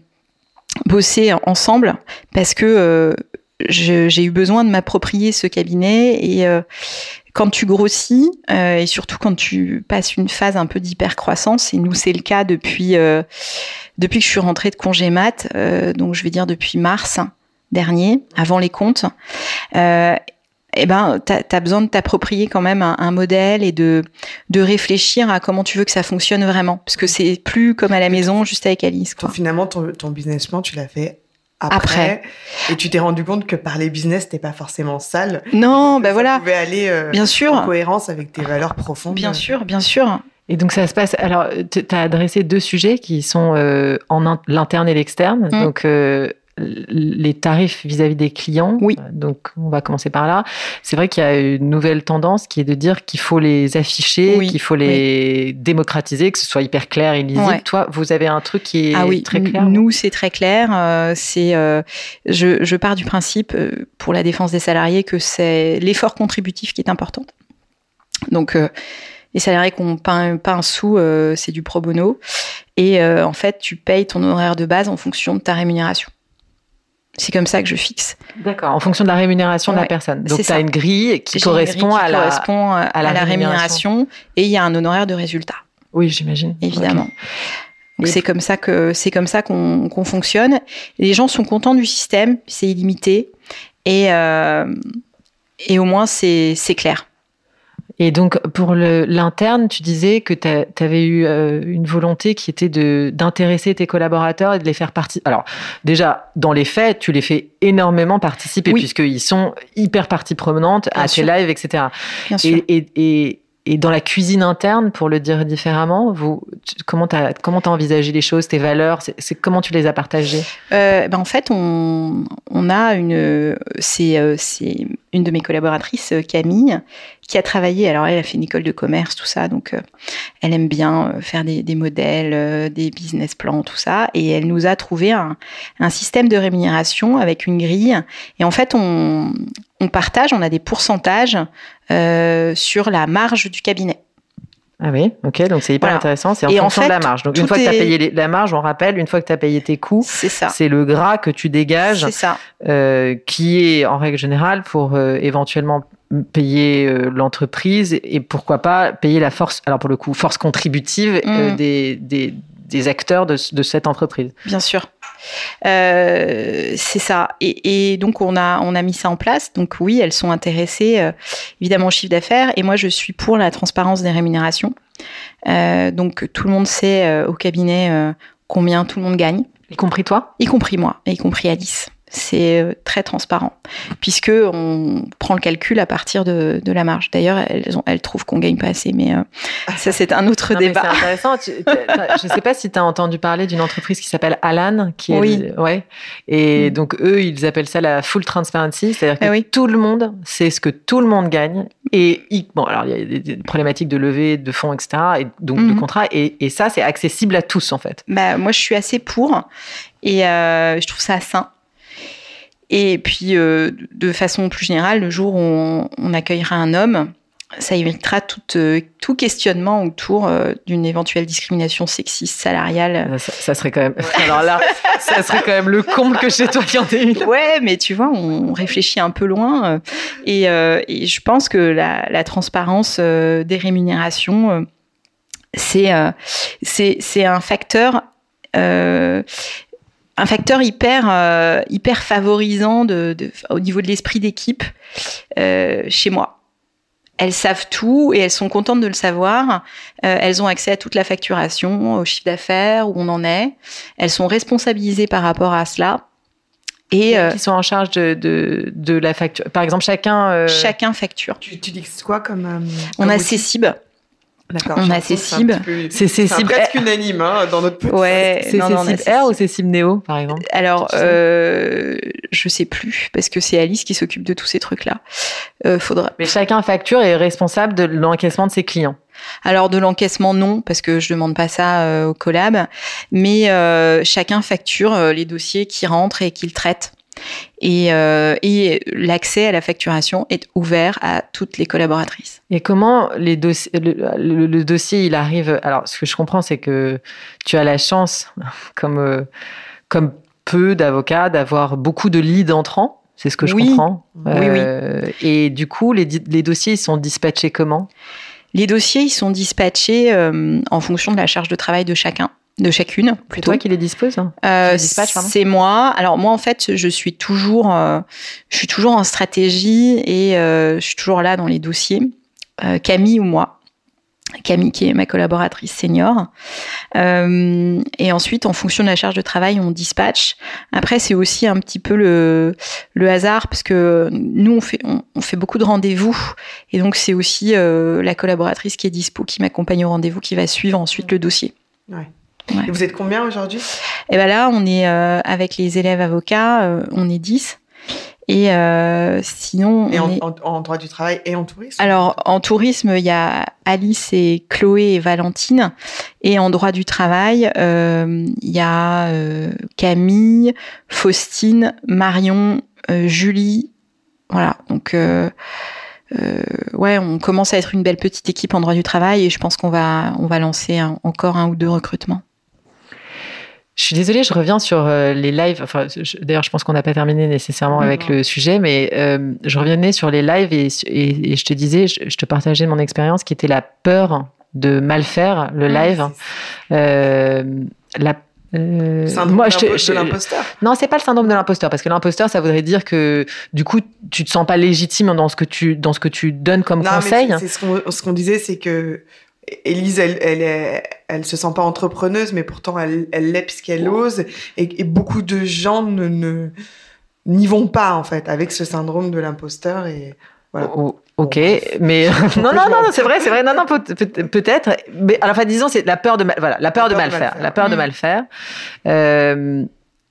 bosser ensemble parce que euh, je, j'ai eu besoin de m'approprier ce cabinet, et euh, quand tu grossis euh, et surtout quand tu passes une phase un peu d'hypercroissance, et nous c'est le cas depuis euh, depuis que je suis rentrée de congé mat, euh, donc je vais dire depuis mars dernier, avant les comptes, euh, eh ben, t'as, t'as besoin de t'approprier quand même un, un modèle et de, de réfléchir à comment tu veux que ça fonctionne vraiment. Parce que c'est plus comme à la maison, juste avec Alice, quoi. Donc, finalement, ton, ton business plan, tu l'as fait après, après. Et tu t'es rendu compte que parler business, t'es pas forcément sale. Non, ben bah voilà. Tu pouvais aller euh, bien sûr. en cohérence avec tes valeurs profondes. Bien sûr, bien sûr. Et donc ça se passe. Alors, tu as adressé deux sujets qui sont euh, en in- l'interne et l'externe. Mmh. Donc, euh, les tarifs vis-à-vis des clients. Oui. Donc, on va commencer par là. C'est vrai qu'il y a une nouvelle tendance qui est de dire qu'il faut les afficher, oui. qu'il faut les oui. démocratiser, que ce soit hyper clair et lisible. Ouais. Toi, vous avez un truc qui est ah oui. très clair. Nous, c'est très clair. Euh, c'est, euh, je, je pars du principe, euh, pour la défense des salariés, que c'est l'effort contributif qui est important. Donc, euh, les salariés qui n'ont pas un, pas un sou, euh, c'est du pro bono. Et euh, en fait, tu payes ton honoraire de base en fonction de ta rémunération. C'est comme ça que je fixe. D'accord, en fonction de la rémunération ouais, de la personne. Donc, tu as une grille qui, correspond, une grille qui à la, correspond à, à la, la rémunération. rémunération. Et il y a un honoraire de résultat. Oui, j'imagine. Évidemment. Okay. Donc, c'est comme ça, que, c'est comme ça qu'on, qu'on fonctionne. Et les gens sont contents du système, c'est illimité. Et, euh, et au moins, c'est, c'est clair. Et donc, pour le, l'interne, tu disais que tu avais eu euh, une volonté qui était de, d'intéresser tes collaborateurs et de les faire participer. Alors, déjà, dans les faits, tu les fais énormément participer, oui. puisqu'ils sont hyper partie prenante à tes lives, et cetera. Bien sûr. Et, et, et, et dans la cuisine interne, pour le dire différemment, vous, tu, comment tu as comment t'as envisagé les choses, tes valeurs, c'est, c'est, comment tu les as partagées euh, ben En fait, on, on a une... C'est, c'est une de mes collaboratrices, Camille, qui a travaillé, alors elle a fait une école de commerce, tout ça, donc euh, elle aime bien faire des, des modèles, euh, des business plans, tout ça, et elle nous a trouvé un, un système de rémunération avec une grille, et en fait, on, on partage, on a des pourcentages euh, sur la marge du cabinet. Ah oui, ok, donc c'est hyper voilà. intéressant, c'est en et fonction en fait, de la marge. Donc une fois est... que tu as payé les, la marge, on rappelle, une fois que tu as payé tes coûts, c'est, ça. c'est le gras que tu dégages, c'est ça. Euh, qui est en règle générale pour euh, éventuellement payer euh, l'entreprise et pourquoi pas payer la force, alors pour le coup, force contributive mmh. euh, des, des, des acteurs de, de cette entreprise. Bien sûr. Euh, c'est ça. Et, et donc, on a, on a mis ça en place. Donc, oui, elles sont intéressées, euh, évidemment, au chiffre d'affaires. Et moi, je suis pour la transparence des rémunérations. Euh, donc, tout le monde sait euh, au cabinet euh, combien tout le monde gagne. Y compris toi ? Y compris moi, et y compris Alice. C'est très transparent, puisque on prend le calcul à partir de, de la marge. D'ailleurs, elles, ont, elles trouvent qu'on gagne pas assez, mais euh, ça, c'est un autre non, débat. Mais c'est intéressant. Tu, je sais pas si tu as entendu parler d'une entreprise qui s'appelle Alan, qui est, oui. ouais. Et mmh. donc, eux, ils appellent ça la full transparency, c'est-à-dire que ah oui. tout le monde sait ce que tout le monde gagne. Et, bon, alors, il y a des, des problématiques de levée de fonds, et cetera, et donc mmh. de contrats. Et, et ça, c'est accessible à tous, en fait. Bah, moi, je suis assez pour, et euh, je trouve ça sain. Et puis, euh, de façon plus générale, le jour où on, on accueillera un homme, ça évitera tout, euh, tout questionnement autour euh, d'une éventuelle discrimination sexiste salariale. Ça, ça serait quand même. Alors là, ça serait quand même le comble que chez toi il y en ait une. Ouais, mais tu vois, on réfléchit un peu loin euh, et, euh, et je pense que la, la transparence euh, des rémunérations, euh, c'est, euh, c'est c'est un facteur. Euh, un facteur hyper euh, hyper favorisant de, de, au niveau de l'esprit d'équipe euh, chez moi. Elles savent tout et elles sont contentes de le savoir. Euh, elles ont accès à toute la facturation, au chiffre d'affaires, où on en est. Elles sont responsabilisées par rapport à cela. Et euh, qui sont en charge de, de, de la facture. Par exemple, chacun... Euh... Chacun facture. Tu, tu dis quoi comme... Euh, on comme a outil? Cécib. D'accord. On a Cécib. C'est Cécib presque unanime hein, dans notre podcast. Ouais, c'est Cécib R ou Cécib Néo, par exemple? Alors, euh, je sais plus, parce que c'est Alice qui s'occupe de tous ces trucs-là. Euh, faudra... Mais chacun facture et est responsable de l'encaissement de ses clients. Alors, de l'encaissement, non, parce que je demande pas ça euh, au collab. Mais euh, chacun facture euh, les dossiers qui rentrent et qu'il traite. Et, euh, et l'accès à la facturation est ouvert à toutes les collaboratrices. Et comment les dossiers, le, le, le dossier, il arrive... Alors, ce que je comprends, c'est que tu as la chance, comme, euh, comme peu d'avocats, d'avoir beaucoup de leads entrants. C'est ce que je oui. comprends. Oui, euh, oui. Et du coup, les, les dossiers, ils sont dispatchés comment? Les dossiers, ils sont dispatchés euh, en fonction de la charge de travail de chacun. De chacune, plutôt. C'est toi qui les disposes hein euh, les dispatches, pardon. C'est moi. Alors moi, en fait, je suis toujours, euh, je suis toujours en stratégie et euh, je suis toujours là dans les dossiers. Euh, Camille ou moi. Camille qui est ma collaboratrice senior. Euh, et ensuite, en fonction de la charge de travail, on dispatche. Après, c'est aussi un petit peu le, le hasard parce que nous, on fait, on, on fait beaucoup de rendez-vous. Et donc, c'est aussi euh, la collaboratrice qui est dispo, qui m'accompagne au rendez-vous, qui va suivre ensuite le dossier. Ouais. Ouais. Et vous êtes combien aujourd'hui? Et ben là, on est euh, avec les élèves avocats, euh, on est dix. Et euh, sinon, et on en, est... en, en droit du travail et en tourisme? Alors, en tourisme, il y a Alice et Chloé et Valentine. Et en droit du travail, euh, il y a euh, Camille, Faustine, Marion, euh, Julie. Voilà. Donc, euh, euh, ouais, on commence à être une belle petite équipe en droit du travail. Et je pense qu'on va, on va lancer un, encore un ou deux recrutements. Je suis désolée, je reviens sur euh, les lives. Enfin, je, d'ailleurs, je pense qu'on n'a pas terminé nécessairement mmh. avec le sujet, mais euh, je revenais sur les lives et, et, et je te disais, je, je te partageais mon expérience qui était la peur de mal faire le live. Mmh, euh, la Euh, syndrome moi, je, je, de l'imposteur. Non, c'est pas le syndrome de l'imposteur, parce que l'imposteur, ça voudrait dire que du coup, tu te sens pas légitime dans ce que tu dans ce que tu donnes comme non, conseil. Mais c'est, c'est ce qu'on ce qu'on disait, c'est que Élise, elle, elle, elle, elle se sent pas entrepreneuse, mais pourtant elle, elle l'est puisqu'elle ose, et, et beaucoup de gens ne, ne n'y vont pas en fait avec ce syndrome de l'imposteur et voilà. Oh, ok, mais non, non, non, c'est vrai, c'est vrai, non, non, peut, peut, peut-être, mais alors, enfin, disons, c'est la peur de mal, voilà, la peur, la de, peur mal de mal faire, faire. la peur mmh. de mal faire. Euh,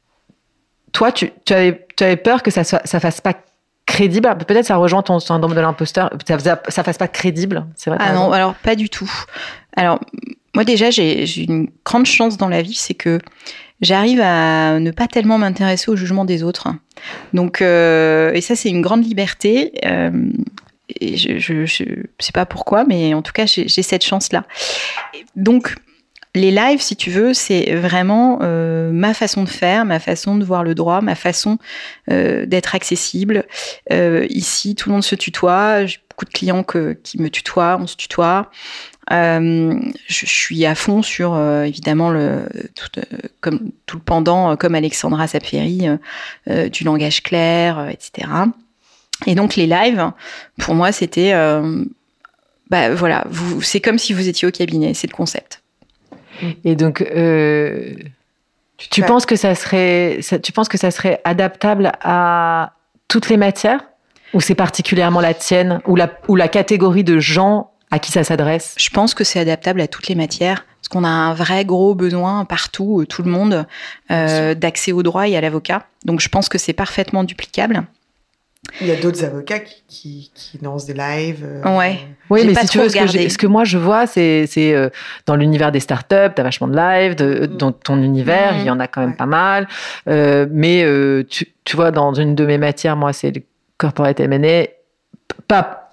toi, tu, tu avais, tu avais peur que ça soit, ça fasse pas crédible. Peut-être ça rejoint ton syndrome de l'imposteur. Ça, ça fasse pas crédible. C'est vrai. Ah non, alors pas du tout. Alors moi déjà, j'ai, j'ai une grande chance dans la vie, c'est que j'arrive à ne pas tellement m'intéresser au jugement des autres. Donc euh, et ça c'est une grande liberté. Euh, et je, je, je sais pas pourquoi, mais en tout cas j'ai, j'ai cette chance-là. Donc les lives, si tu veux, c'est vraiment euh, ma façon de faire, ma façon de voir le droit, ma façon euh, d'être accessible. Euh, ici, tout le monde se tutoie. J'ai beaucoup de clients que, qui me tutoient, on se tutoie. Euh, je, je suis à fond sur, euh, évidemment, le, tout, euh, comme, tout le pendant, euh, comme Alexandra Sapieri, euh, euh, du langage clair, euh, et cetera. Et donc, les lives, pour moi, c'était... Euh, bah, voilà, vous, c'est comme si vous étiez au cabinet, c'est le concept. Et donc, euh, tu, tu penses que ça serait, ça, tu penses que ça serait adaptable à toutes les matières, ou c'est particulièrement la tienne, ou la, ou la catégorie de gens à qui ça s'adresse? Je pense que c'est adaptable à toutes les matières, parce qu'on a un vrai gros besoin partout, tout le monde, euh, d'accès au droit et à l'avocat. Donc, je pense que c'est parfaitement duplicable. Il y a d'autres avocats qui, qui, qui lancent des lives. Euh, ouais. Oui, j'ai mais pas si tu veux, ce que, ce que moi je vois, c'est, c'est euh, dans l'univers des startups, t'as vachement de lives, de, mmh. dans ton univers, mmh. il y en a quand même ouais. pas mal. Euh, mais euh, tu, tu vois, dans une de mes matières, moi, c'est le corporate M and A, pas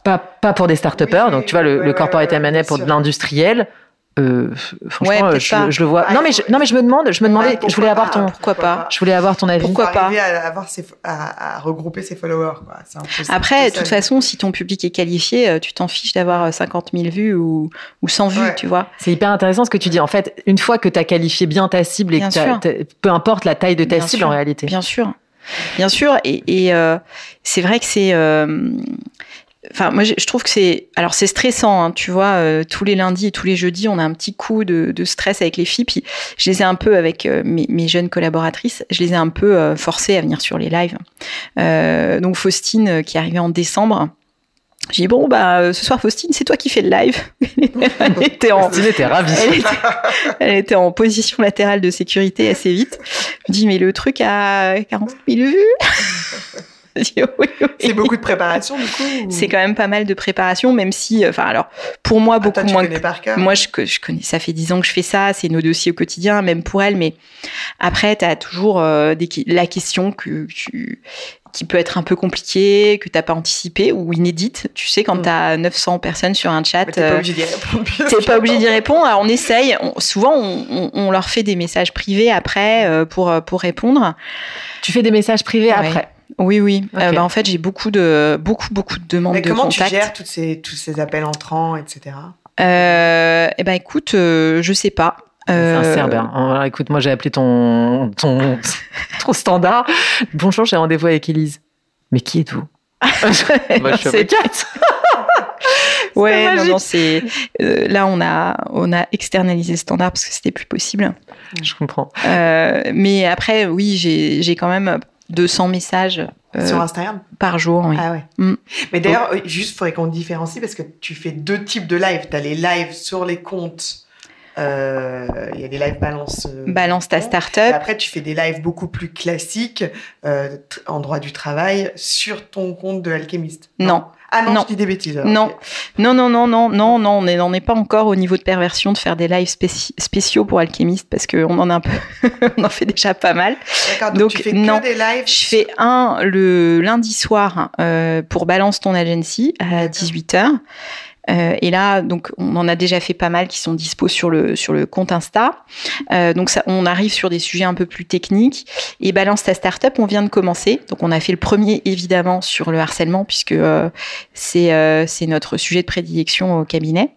pas, pas pour des start-upers. Oui, donc, tu vois, le, ouais, le corporate ouais, ouais, M and A pour sûr. de l'industriel. Euh, franchement, Ouais, je, je le vois. Non, mais je, non, mais je me demande, je me demandais, Bah, je voulais avoir pas, ton, pourquoi pas. je voulais avoir ton avis. Pourquoi pas. Arriver à, avoir ses, à, à regrouper ses followers, quoi. C'est un peu ça, Après, de toute ça, façon, si ton public est qualifié, tu t'en fiches d'avoir cinquante mille vues ou, ou cent vues, ouais. tu vois. C'est hyper intéressant ce que tu dis. En fait, une fois que tu as qualifié bien ta cible et bien que t'as, t'as, peu importe la taille de ta bien cible sûr. en réalité. Bien sûr. Bien sûr. Et, et euh, c'est vrai que c'est... Euh, Enfin, moi, je trouve que c'est... Alors, c'est stressant, hein, tu vois. Euh, tous les lundis et tous les jeudis, on a un petit coup de, de stress avec les filles. Puis, je les ai un peu, avec euh, mes, mes jeunes collaboratrices, je les ai un peu euh, forcées à venir sur les lives. Euh, donc, Faustine, euh, qui est arrivée en décembre, j'ai dit, bon, bah, euh, ce soir, Faustine, c'est toi qui fais le live. Elle était en... Faustine était ravie. Elle était, elle était en position latérale de sécurité assez vite. Je dis, mais le truc a quarante mille vues. Dit, oui, oui. C'est beaucoup de préparation, du coup ou... C'est quand même pas mal de préparation, même si, enfin, alors, pour moi, beaucoup ah, toi, tu moins. Connais par cœur. Moi, je, je connais, ça fait dix ans que je fais ça, c'est nos dossiers au quotidien, même pour elle, mais après, t'as toujours euh, des, la question que tu, qui peut être un peu compliquée, que t'as pas anticipée ou inédite. Tu sais, quand mm. t'as neuf cents personnes sur un chat. Mais t'es pas obligé d'y répondre. T'es pas obligé d'y répondre. Alors, on essaye. On, souvent, on, on, on leur fait des messages privés après euh, pour, pour répondre. Tu fais des messages privés ouais. après? Oui, oui. Okay. Euh, bah, en fait, j'ai beaucoup de, beaucoup, beaucoup de demandes Mais de comment contact. Comment tu gères toutes ces, tous ces appels entrants, et cetera. Euh, eh ben, écoute, euh, je sais pas. Euh... C'est un cerbère. Alors, écoute, moi, j'ai appelé ton, ton, ton standard. Bonjour, j'ai rendez-vous avec Élise. Mais qui êtes-vous? Moi, je suis avocate. Ouais, non, non, c'est euh, là on a on a externalisé le standard parce que c'était plus possible. Je comprends. Euh, mais après, oui, j'ai j'ai quand même deux cents messages euh, sur Instagram par jour. Oui. Ah ouais. Mm. Mais d'ailleurs, Donc, juste faudrait qu'on différencie parce que tu fais deux types de lives. T'as les lives sur les comptes. Il euh, y a des lives balance. Euh, balance ta startup. Après, tu fais des lives beaucoup plus classiques euh, en droit du travail sur ton compte de Alchemist. Non. non. Ah non, non, je dis des bêtises. Non. Okay. non, non, non, non, non, non, on n'en est pas encore au niveau de perversion de faire des lives spéci- spéciaux pour Alchemist parce qu'on en a un peu, on en fait déjà pas mal. D'accord, donc, donc tu fais non, que des lives. Je fais un le lundi soir euh, pour Balance ton agency à dix-huit heures. Euh, et là, donc, on en a déjà fait pas mal qui sont dispo sur le sur le compte Insta. Euh, donc, ça, on arrive sur des sujets un peu plus techniques. Et Balance ta startup, on vient de commencer. Donc, on a fait le premier évidemment sur le harcèlement puisque euh, c'est euh, c'est notre sujet de prédilection au cabinet.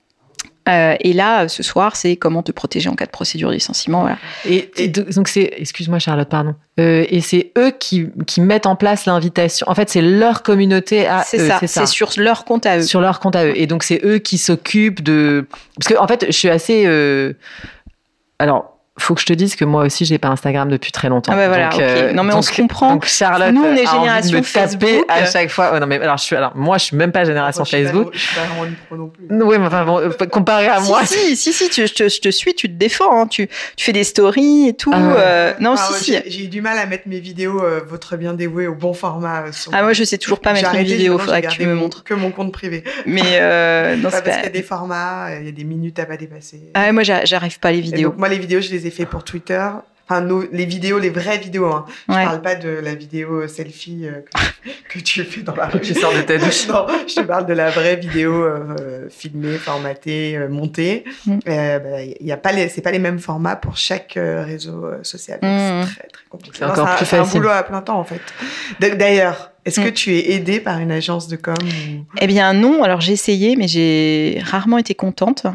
Euh, et là, ce soir, c'est comment te protéger en cas de procédure de licenciement. Voilà. Et, et donc, c'est, excuse-moi Charlotte, pardon. Euh, et c'est eux qui, qui mettent en place l'invitation. En fait, c'est leur communauté à c'est eux. Ça, c'est ça. C'est sur leur compte à eux. Sur leur compte à eux. Et donc, c'est eux qui s'occupent de. Parce que, en fait, je suis assez. Euh... Alors. Faut que je te dise que moi aussi j'ai pas Instagram depuis très longtemps. Ah bah voilà, donc, okay. euh, non mais donc, on se comprend. Donc Charlotte, nous on est a génération envie de me Facebook taper à chaque fois. Oh, non mais alors je suis alors moi je suis même pas génération moi, je Facebook. Je suis pas vraiment une pro non plus. Oui mais enfin bon, comparé à si, moi. Si si si tu, je, te, je te suis, tu te défends, hein, tu tu fais des stories et tout. Ah ouais. euh, non ah, si ouais, si. J'ai, j'ai eu du mal à mettre mes vidéos euh, votre bien dévoué au bon format. Euh, sur ah moi je sais toujours pas mettre une vidéo, faudrait que tu me montres. Que mon compte privé. Mais euh, non c'est pas. Parce qu'il y a des formats, il y a des minutes à pas dépasser. Ah moi j'arrive pas les vidéos. Donc moi les vidéos je les ai fait pour Twitter. Enfin, nos, les vidéos, les vraies vidéos. Hein. Je ouais. parle pas de la vidéo selfie euh, que, que tu fais dans la rue. Tu sors de ta douche. Non, je te parle de la vraie vidéo euh, filmée, formatée, euh, montée. Il mm. euh, bah, y a pas les, c'est pas les mêmes formats pour chaque euh, réseau euh, social. Donc, mm. c'est très très compliqué. C'est non, encore c'est un, plus c'est facile. un boulot à plein temps en fait. D'ailleurs, est-ce mm. que tu es aidée par une agence de com ou... Eh bien non. Alors j'ai essayé, mais j'ai rarement été contente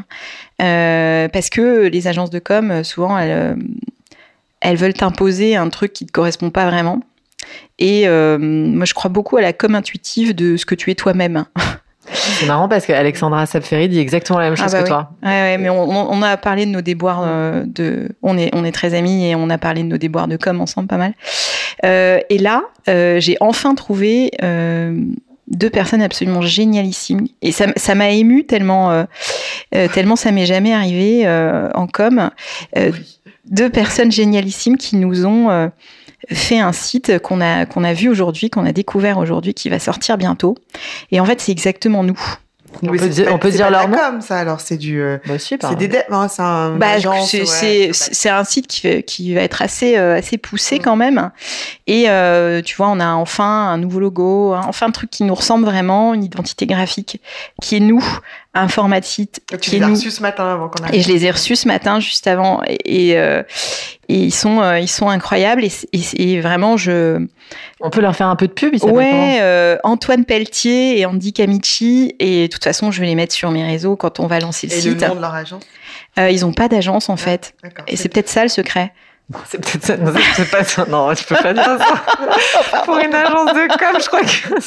euh, parce que les agences de com, souvent elles elles veulent t'imposer un truc qui ne te correspond pas vraiment. Et euh, moi, je crois beaucoup à la com intuitive de ce que tu es toi-même. C'est marrant parce qu'Alexandra Sapferi dit exactement la même chose ah bah que oui. toi. Ouais, ouais, mais on, on a parlé de nos déboires euh, de... On est, on est très amis et on a parlé de nos déboires de com ensemble pas mal. Euh, et là, euh, j'ai enfin trouvé... Euh, deux personnes absolument génialissimes. Et ça, ça m'a émue tellement, euh, euh, tellement ça m'est jamais arrivé euh, en com. Euh, oui. Deux personnes génialissimes qui nous ont euh, fait un site qu'on a, qu'on a vu aujourd'hui, qu'on a découvert aujourd'hui, qui va sortir bientôt. Et en fait, c'est exactement nous. On Mais peut c'est dire, pas- on peut c'est dire pas leur de la nom. com, ça, alors c'est du. euh, Bah, si, c'est pardon. des. dé- non, c'est un. Bah, agence, c'est, ouais, c'est, c'est pas- c'est un site qui, fait, qui va être assez, euh, assez poussé Mm. quand même. Et euh, tu vois, on a enfin un nouveau logo, hein, enfin un truc qui nous ressemble vraiment, une identité graphique qui est nous, un format de site Tu qui est les as nous. reçus ce matin avant qu'on arrive. Et je les ai reçus ce matin, juste avant. Et, et, euh, et ils, sont, euh, ils sont incroyables. Et, et, et vraiment, je. On peut leur faire un peu de pub, ils s'appellent comment ? Ouais, euh, Antoine Pelletier et Andy Camici. Et de toute façon, je vais les mettre sur mes réseaux quand on va lancer le Et site. le nom de leur agence. Euh, ils n'ont pas d'agence, en fait. D'accord. Et c'est peut-être ça le secret. C'est peut-être ça. Non, c'est pas ça. Non, tu peux pas dire ça. Pour une agence de com, je crois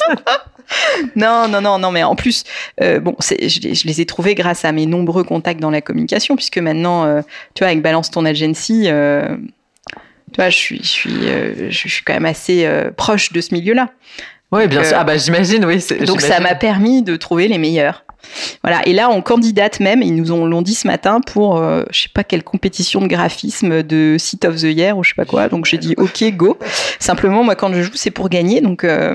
que. Non, non, non, non, mais en plus, euh, bon, c'est, je, les, je les ai trouvés grâce à mes nombreux contacts dans la communication, puisque maintenant, euh, tu vois, avec Balance ton agency, euh, tu vois, je suis, je suis, euh, je suis quand même assez euh, proche de ce milieu-là. Oui, bien Donc, sûr. euh, Ah bah j'imagine, oui. c'est- Donc ça j'imagine. m'a permis de trouver les meilleurs. Voilà. Et là, on candidate même, ils nous ont, l'ont dit ce matin, pour, euh, je sais pas quelle compétition de graphisme de Site of the Year ou je sais pas quoi. Donc j'ai dit, ok, go. Simplement, moi, quand je joue, c'est pour gagner. Donc, euh,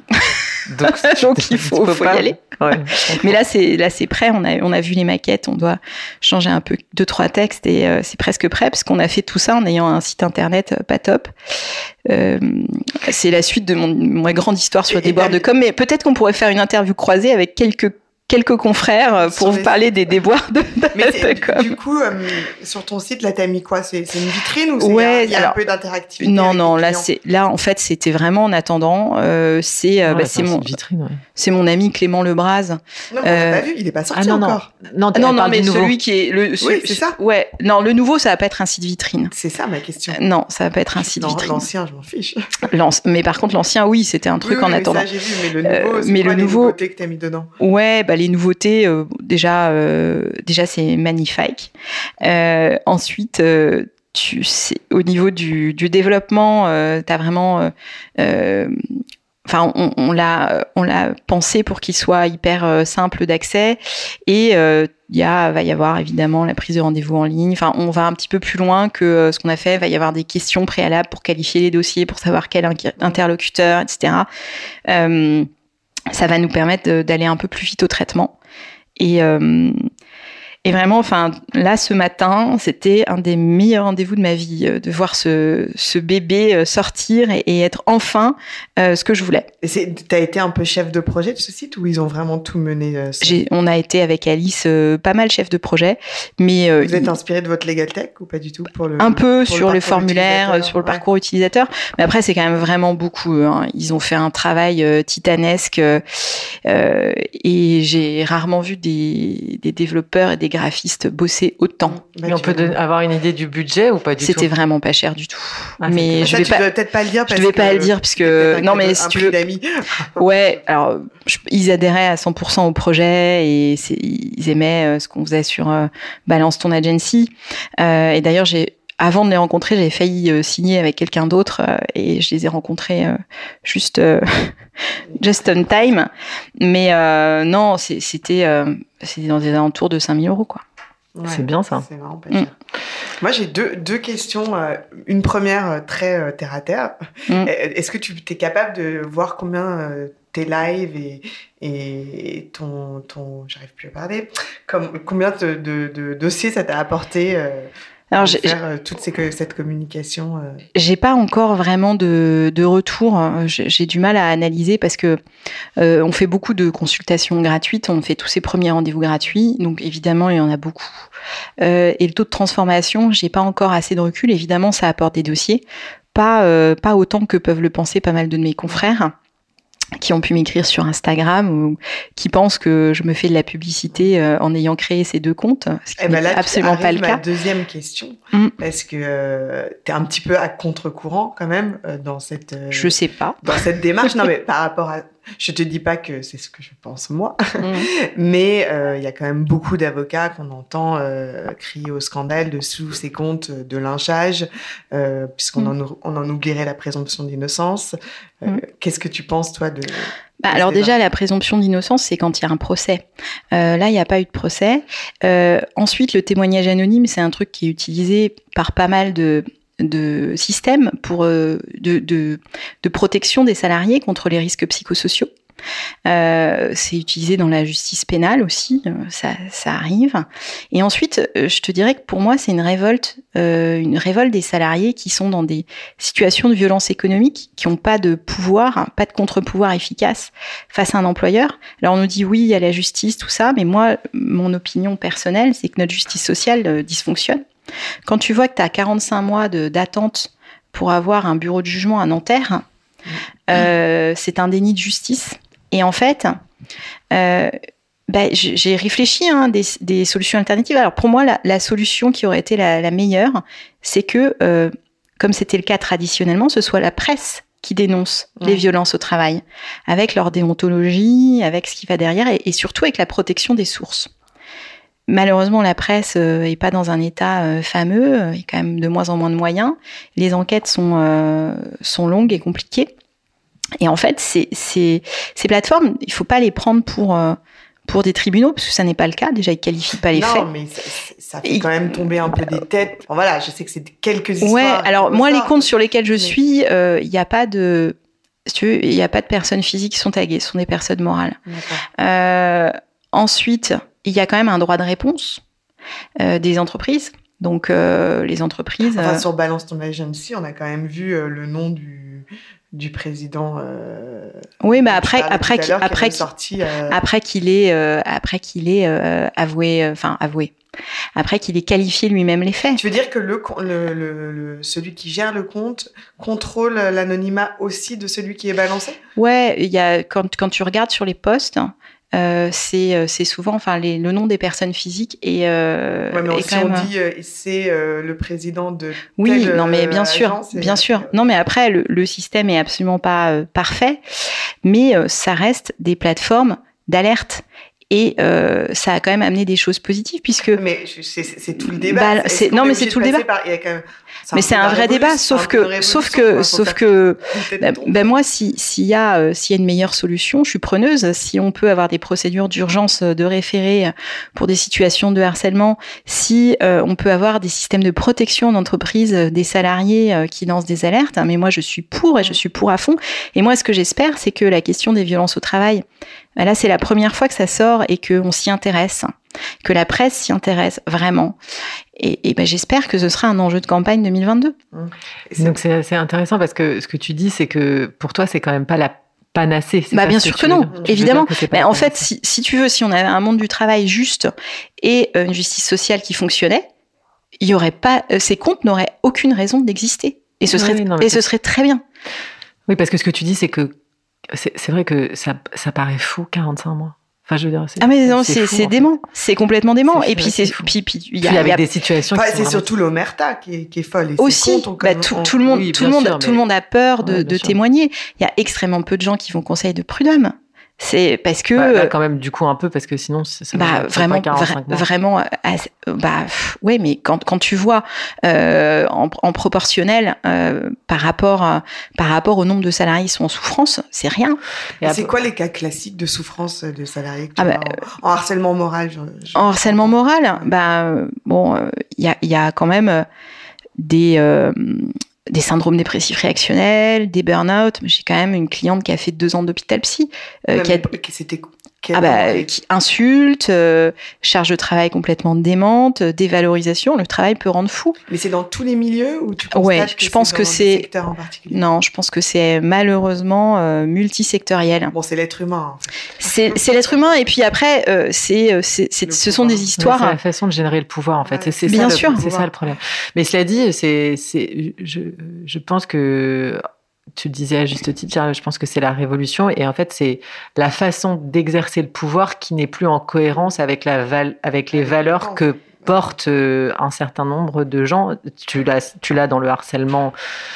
Donc, donc il faut, tu peux faut pas- y aller. Ouais. Mais là, c'est là, c'est prêt. On a, on a vu les maquettes. On doit changer un peu deux, trois textes et euh, c'est presque prêt parce qu'on a fait tout ça en ayant un site internet euh, pas top. Euh, c'est la suite de mon, ma grande histoire sur Et- des et boires t'as- de com. Mais peut-être qu'on pourrait faire une interview croisée avec quelques quelques confrères euh, Sur pour vous les- parler des déboires de, Mais de c'est- com. du coup, euh, sur ton site, là, t'as mis quoi? C'est c'est une vitrine ou c'est Ouais, il y a alors- un peu d'interactivité? Non, avec non, les là, clients c'est là en fait, c'était vraiment en attendant. Euh, c'est euh, Ouais, bah, enfin, c'est mon une vitrine, ouais. c'est mon ami Clément Lebras. Non, mais on euh, l'a pas vu, il est pas sorti Ah non, non. encore. Non, Ah non, elle non, parle mais du nouveau. celui qui est le. Oui, c'est ça. Ouais, non, le nouveau, ça va pas être un site vitrine. C'est ça ma question. Euh, Non, ça va pas être un site Non, vitrine. l'ancien, je m'en fiche. L'anci- Mais par contre, l'ancien, oui, c'était un truc Oui, en oui, mais attendant. Ça, j'ai vu, mais le Euh, nouveau, c'est mais quoi le les nouveau- nouveautés que t'as mis dedans? Ouais, bah les nouveautés, euh, déjà, euh, déjà c'est magnifique. Euh, ensuite, euh, tu sais, au niveau du, du développement, euh, t'as vraiment, euh, euh, enfin, on, on l'a, on l'a pensé pour qu'il soit hyper euh, simple d'accès. Et euh, il y a, va y avoir évidemment la prise de rendez-vous en ligne. Enfin, on va un petit peu plus loin que euh, ce qu'on a fait. Il va y avoir des questions préalables pour qualifier les dossiers, pour savoir quel inqui- interlocuteur, et cetera. Euh, ça va nous permettre de- d'aller un peu plus vite au traitement. Et, euh, et vraiment, enfin, là, ce matin, c'était un des meilleurs rendez-vous de ma vie, euh, de voir ce, ce bébé euh, sortir et, et être enfin euh, ce que je voulais. Et c'est- t'as été un peu chef de projet de ce site ou ils ont vraiment tout mené euh, seuls? J'ai, on a été avec Alice euh, pas mal chef de projet, mais euh, Vous êtes il- inspiré de votre Legal Tech ou pas du tout pour le un peu pour sur le, parcours formulaire, utilisateur, sur le ouais. parcours utilisateur, mais après c'est quand même vraiment beaucoup. Hein. Ils ont fait un travail euh, titanesque euh, euh, et j'ai rarement vu des, des développeurs et des graphistes bosser autant. Bah, Mais on tu peut vas- donner- avoir une idée du budget ou pas du tout? C'était vraiment pas cher du tout. Ah, mais Ah, je ça, vais tu pas. dois peut-être pas le dire Je parce devais que pas le dire puisque c'est peut-être un non mais cadeau- si un tu prix veux. d'amis. Ouais, alors je- ils adhéraient à cent pour cent au projet et c'est, ils aimaient euh, ce qu'on faisait sur euh, Balance ton agency. Euh, et d'ailleurs, j'ai avant de les rencontrer, j'avais failli euh, signer avec quelqu'un d'autre euh, et je les ai rencontrés euh, juste euh, just on time. Mais euh, non, c'est, c'était euh, c'était dans des alentours de cinq mille euros quoi. Ouais, C'est bien, ça. C'est vraiment pas Mm. cher. Moi, j'ai deux, deux questions. euh, Une première euh, très euh, terre à terre. Mm. Euh, Est-ce que tu es capable de voir combien euh, tes lives et, et ton, ton. J'arrive plus à parler. Comme, combien de, de, de dossiers ça t'a apporté euh, Alors de j'ai, faire euh, toute ces, cette communication euh, J'ai pas encore vraiment de, de retour. J'ai, j'ai du mal à analyser parce que euh, on fait beaucoup de consultations gratuites. On fait tous ces premiers rendez-vous gratuits. Donc évidemment, il y en a beaucoup. Euh, et le taux de transformation, j'ai pas encore assez de recul. Évidemment, ça apporte des dossiers. Pas, euh, pas autant que peuvent le penser pas mal de mes confrères qui ont pu m'écrire sur Instagram ou qui pensent que je me fais de la publicité euh, en ayant créé ces deux comptes, ce qui Eh n'est ben là, absolument pas le ma cas. deuxième question, Mm. parce que euh, tu es un petit peu à contre-courant quand même euh, dans cette euh, Je sais pas. dans cette démarche. Non, mais par rapport à, je te dis pas que c'est ce que je pense moi, Mm. mais euh, il y a quand même beaucoup d'avocats qu'on entend euh, crier au scandale dessous ces comptes de lynchage, euh, puisqu'on Mm. en, on en oublierait la présomption d'innocence. Euh, Mm. Qu'est-ce que tu penses toi de Bah, de alors ce débat? déjà, la présomption d'innocence, c'est quand il y a un procès. Euh, là, il n'y a pas eu de procès. Euh, ensuite, le témoignage anonyme, c'est un truc qui est utilisé par pas mal de, de systèmes pour, euh, de, de, de protection des salariés contre les risques psychosociaux. Euh, c'est utilisé dans la justice pénale aussi, euh, ça, ça arrive. Et ensuite, euh, je te dirais que pour moi, c'est une révolte, euh, une révolte des salariés qui sont dans des situations de violence économique, qui n'ont pas de pouvoir, hein, pas de contre-pouvoir efficace face à un employeur. Alors on nous dit oui, il y a la justice, tout ça, mais moi, mon opinion personnelle, c'est que notre justice sociale euh, dysfonctionne. Quand tu vois que tu as quarante-cinq mois de, d'attente pour avoir un bureau de jugement à Nanterre, euh, c'est un déni de justice. Et en fait, euh, bah, j'ai réfléchi hein, des, des solutions alternatives. Alors pour moi, la, la solution qui aurait été la, la meilleure, c'est que, euh, comme c'était le cas traditionnellement, ce soit la presse qui dénonce ouais. les violences au travail, avec leur déontologie, avec ce qui va derrière, et, et surtout avec la protection des sources. Malheureusement, la presse euh, est pas dans un état euh, fameux, il y a quand même de moins en moins de moyens. Les enquêtes sont, euh, sont longues et compliquées. Et en fait, c'est, c'est, ces plateformes, il faut pas les prendre pour, euh, pour des tribunaux, parce que ça n'est pas le cas. Déjà, ils qualifient pas les non, faits. Non, mais ça, ça fait quand même tomber un peu des têtes. Bon, voilà, je sais que c'est quelques histoires. Ouais, alors moi, ça. les comptes sur lesquels je mais... suis, il euh, n'y a pas de... Si tu veux, il n'y a pas de personnes physiques qui sont taguées, ce sont des personnes morales. Euh, ensuite, il y a quand même un droit de réponse euh, des entreprises. Donc, euh, les entreprises... Enfin, euh... sur Balance ton agency, on a quand même vu euh, le nom du... du président. Euh, oui, mais après, après, qu'il, après, sorti, euh... après qu'il ait, euh, après qu'il ait euh, avoué, enfin euh, avoué, après qu'il ait qualifié lui-même les faits. Tu veux dire que le, le, le, le celui qui gère le compte contrôle l'anonymat aussi de celui qui est balancé ? Ouais, il y a quand quand tu regardes sur les posts. Euh, c'est c'est souvent enfin les, le nom des personnes physiques et euh, ouais, mais et si quand on même... dit euh, c'est euh, le président de oui telle, non mais bien euh, sûr agence, bien sûr non mais après le, le système est absolument pas euh, parfait mais euh, ça reste des plateformes d'alerte. Et euh, ça a quand même amené des choses positives puisque. Mais c'est, c'est tout le débat. Bah, c'est, non, mais c'est tout le débat. Par, il y a quand même, c'est mais c'est un vrai débat, sauf que, sauf que, sauf que, ben bah, moi, si s'il y a, euh, s'il y a une meilleure solution, je suis preneuse. Si on peut avoir des procédures d'urgence de référé pour des situations de harcèlement, si euh, on peut avoir des systèmes de protection d'entreprise des salariés euh, qui lancent des alertes. Hein, mais moi, je suis pour et je suis pour à fond. Et moi, ce que j'espère, c'est que la question des violences au travail. Là, c'est la première fois que ça sort et qu'on s'y intéresse, que la presse s'y intéresse vraiment. Et, et ben, j'espère que ce sera un enjeu de campagne deux mille vingt-deux. C'est... Donc, c'est assez intéressant parce que ce que tu dis, c'est que pour toi, c'est quand même pas la panacée. C'est bah, bien sûr que, que non, évidemment. Que mais en fait, si, si tu veux, si on avait un monde du travail juste et une justice sociale qui fonctionnait, il y aurait pas, ces comptes n'auraient aucune raison d'exister. Et ce serait, oui, non, et ce serait très bien. Oui, parce que ce que tu dis, c'est que C'est, c'est vrai que ça, ça paraît fou, quarante-cinq mois. Enfin, je veux dire, c'est, ah mais non, c'est, c'est, fou, c'est dément. Fait. C'est complètement dément. C'est et puis, c'est c'est, puis, puis, il y a, puis avec y a... des situations. Enfin, qui c'est sont surtout vraiment... l'omerta qui est, qui est folle. Et aussi, bah, tout, on... tout le monde, oui, tout le monde, sûr, tout mais... le monde a peur de, ouais, de témoigner. Il y a extrêmement peu de gens qui vont conseil de prud'homme. C'est parce que bah, bah, quand même du coup un peu parce que sinon ça bah va, vraiment vra- vraiment bah ouais mais quand quand tu vois euh, en, en proportionnel euh, par rapport à, par rapport au nombre de salariés qui sont en souffrance, c'est rien. Et c'est quoi les cas classiques de souffrance de salariés que tu ah bah, en, en harcèlement moral je, je... En harcèlement moral, bah bon il euh, y a il y a quand même des euh, des syndromes dépressifs réactionnels, des burn-out. J'ai quand même une cliente qui a fait deux ans d'hôpital psy, euh, ouais, qui a c'était ah bah, qui insulte, euh, charge de travail complètement démente, dévalorisation. Le travail peut rendre fou. Mais c'est dans tous les milieux ou tu constates ouais, que je pense c'est que dans c'est des secteurs en particulier ? Non, je pense que c'est malheureusement euh, multisectoriel. Bon, c'est l'être humain. En fait. C'est c'est l'être humain et puis après euh, c'est c'est, c'est ce sont des histoires. Ouais, c'est la façon de générer le pouvoir en fait. Ouais, c'est, c'est bien ça, sûr. Le, c'est ça le problème. Mais cela dit, c'est c'est je je pense que tu le disais à juste titre, je pense que c'est la révolution et en fait c'est la façon d'exercer le pouvoir qui n'est plus en cohérence avec la val- avec les valeurs que portent un certain nombre de gens. Tu l'as tu l'as dans le harcèlement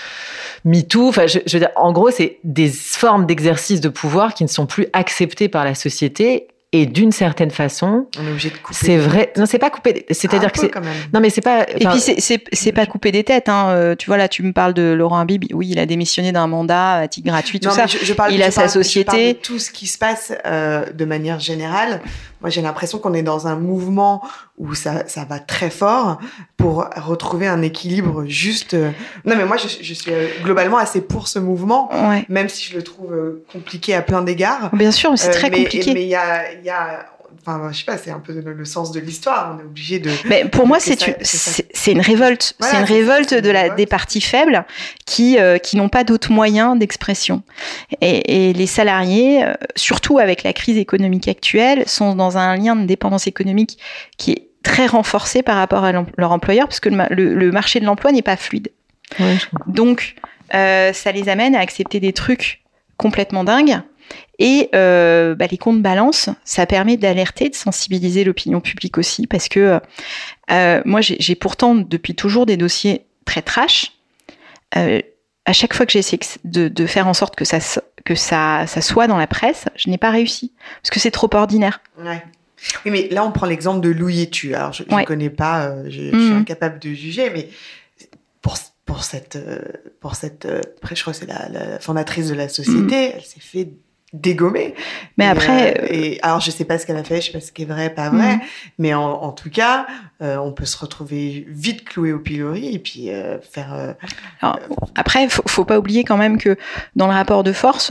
MeToo. Enfin, je, je veux dire, en gros, c'est des formes d'exercice de pouvoir qui ne sont plus acceptées par la société. Et d'une certaine façon, on est obligé de couper. C'est vrai. Non, c'est pas couper. C'est-à-dire ah, que c'est. Quand même. Non, mais c'est pas. Et puis c'est c'est c'est pas couper des têtes. Hein. Euh, tu vois là, tu me parles de Laurent Habib. Oui, il a démissionné d'un mandat à titre gratuit, tout non, ça. Je, je parle, il je a parle, sa société. Je parle de tout ce qui se passe euh, de manière générale. Moi, j'ai l'impression qu'on est dans un mouvement où ça, ça va très fort pour retrouver un équilibre juste. Non, mais moi, je, je suis globalement assez pour ce mouvement, ouais. même si je le trouve compliqué à plein d'égards. Bien sûr, mais c'est très euh, mais, compliqué. Mais il y a, il y a, enfin, je sais pas, c'est un peu le, le sens de l'histoire. On est obligé de. Mais pour moi, c'est, ça, une, c'est, c'est une révolte. Voilà, c'est une révolte c'est une de la, révolte. Des parties faibles qui, euh, qui n'ont pas d'autres moyens d'expression. Et, et les salariés, euh, surtout avec la crise économique actuelle, sont dans un lien de dépendance économique qui est très renforcé par rapport à leur employeur, parce que le, le, le marché de l'emploi n'est pas fluide. Ouais, Donc, euh, ça les amène à accepter des trucs complètement dingues. Et euh, bah, les comptes balance, ça permet d'alerter, de sensibiliser l'opinion publique aussi, parce que euh, moi, j'ai, j'ai pourtant depuis toujours des dossiers très trash. Euh, à chaque fois que j'ai essayé de, de faire en sorte que ça, que ça, ça soit dans la presse, je n'ai pas réussi, parce que c'est trop ordinaire. Ouais. Oui, mais là, on prend l'exemple de Lou Yetu. Alors, je ne ouais. connais pas, euh, je, mmh. je suis incapable de juger, mais pour, pour cette, euh, pour cette euh, après, je crois que c'est la, la fondatrice de la société, mmh. elle s'est fait dégommer. Mais et, après... Euh, et, alors, je ne sais pas ce qu'elle a fait, je ne sais pas ce qui est vrai, pas vrai, mmh. mais en, en tout cas, euh, on peut se retrouver vite cloué au pilori et puis euh, faire... Euh, alors, euh, après, il ne faut, faut pas oublier quand même que dans le rapport de force,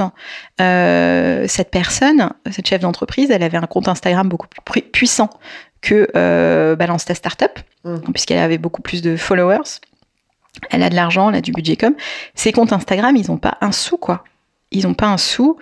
euh, cette personne, cette chef d'entreprise, elle avait un compte Instagram beaucoup plus puissant que euh, Balance ta Startup, mmh. puisqu'elle avait beaucoup plus de followers. Elle a de l'argent, elle a du budget com. Ces comptes Instagram, ils n'ont pas un sou, quoi. Ils n'ont pas un sou.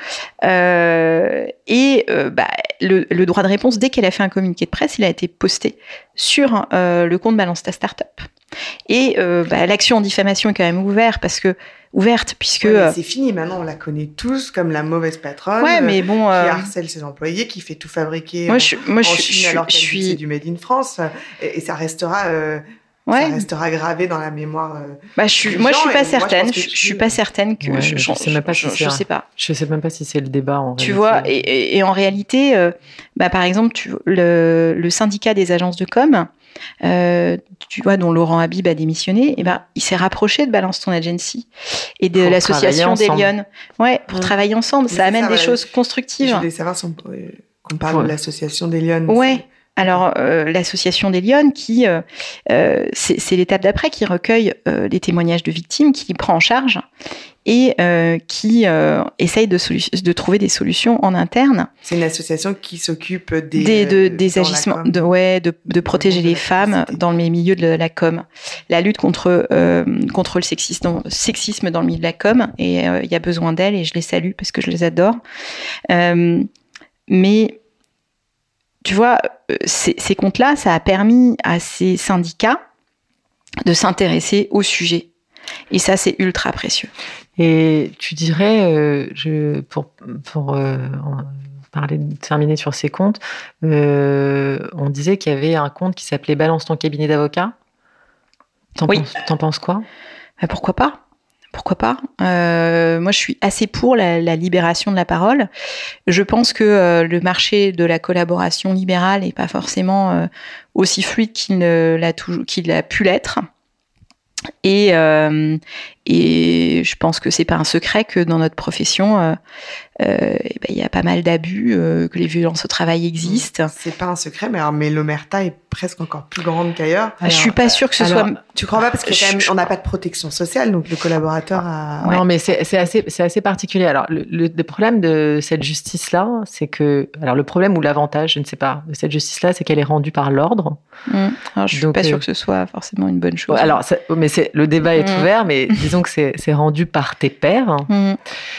Euh, et euh, bah, le, le droit de réponse, dès qu'elle a fait un communiqué de presse, il a été posté sur euh, le compte Balance ta Startup. Et euh, bah, l'action en diffamation est quand même ouverte, parce que ouverte, puisque... Ouais, mais c'est fini, maintenant on la connaît tous comme la mauvaise patronne, ouais, mais bon, euh, qui euh... harcèle ses employés, qui fait tout fabriquer moi, en, je, moi, en je, Chine je, alors qu'elle je dit que c'est du Made in France, et, et ça restera... Euh, Ouais. Ça restera gravé dans la mémoire. Euh, bah, je suis, moi, je suis pas certaine. Moi, je, je, je suis pas certaine que. Ouais, je, je, sais même pas. Je, si je, je sais pas. Je sais même pas si c'est le débat. En tu réalité. vois, et, et, et en réalité, euh, bah, par exemple, tu, le, le syndicat des agences de com, euh, tu vois, dont Laurent Habib a démissionné, et ben, il s'est rapproché de Balance ton Agency et de pour l'association des Lyonnes. Ouais, pour mmh. travailler ensemble. Ça amène ça, des ouais, choses constructives. Je voulais savoir si on, qu'on parle ouais. de l'association des Lyonnes. Ouais. Alors, euh, l'association des Lyonnes, qui, euh, euh, c'est, c'est l'étape d'après, qui recueille euh, les témoignages de victimes, qui les prend en charge et euh, qui euh, essaye de, solu- de trouver des solutions en interne. C'est une association qui s'occupe des, des, de, des agissements, de, ouais, de, de protéger les femmes dans les milieux de la com. La lutte contre, euh, contre le sexisme, sexisme dans le milieu de la com, et il euh, y a besoin d'elles, et je les salue parce que je les adore. Euh, mais... Tu vois, ces, ces comptes-là, ça a permis à ces syndicats de s'intéresser au sujet. Et ça, c'est ultra précieux. Et tu dirais, euh, je, pour, pour euh, parler, terminer sur ces comptes, euh, on disait qu'il y avait un compte qui s'appelait Balance ton cabinet d'avocat. T'en, oui. penses, t'en penses quoi ? Ben pourquoi pas ? Pourquoi pas ? euh, Moi, je suis assez pour la, la libération de la parole. Je pense que euh, le marché de la collaboration libérale n'est pas forcément euh, aussi fluide qu'il, ne l'a toujours, qu'il a pu l'être. Et, euh, et je pense que c'est pas un secret que dans notre profession, euh, euh, et ben, y a pas mal d'abus, euh, que les violences au travail existent. C'est pas un secret, mais, alors, mais l'omerta est presque encore plus grande qu'ailleurs. Alors, je suis pas sûre que ce alors, soit... Tu crois pas, parce qu'on n'a pas de protection sociale, donc le collaborateur a... Ouais. Non, mais c'est, c'est, assez, c'est assez particulier. Alors, le, le, le problème de cette justice-là, c'est que... Alors, le problème ou l'avantage, je ne sais pas, de cette justice-là, c'est qu'elle est rendue par l'ordre. Mmh. Alors, je suis donc, pas sûre euh... que ce soit forcément une bonne chose. Alors, ça, mais c'est, le débat est mmh. ouvert, mais disons que c'est, c'est rendu par tes pairs. Mmh.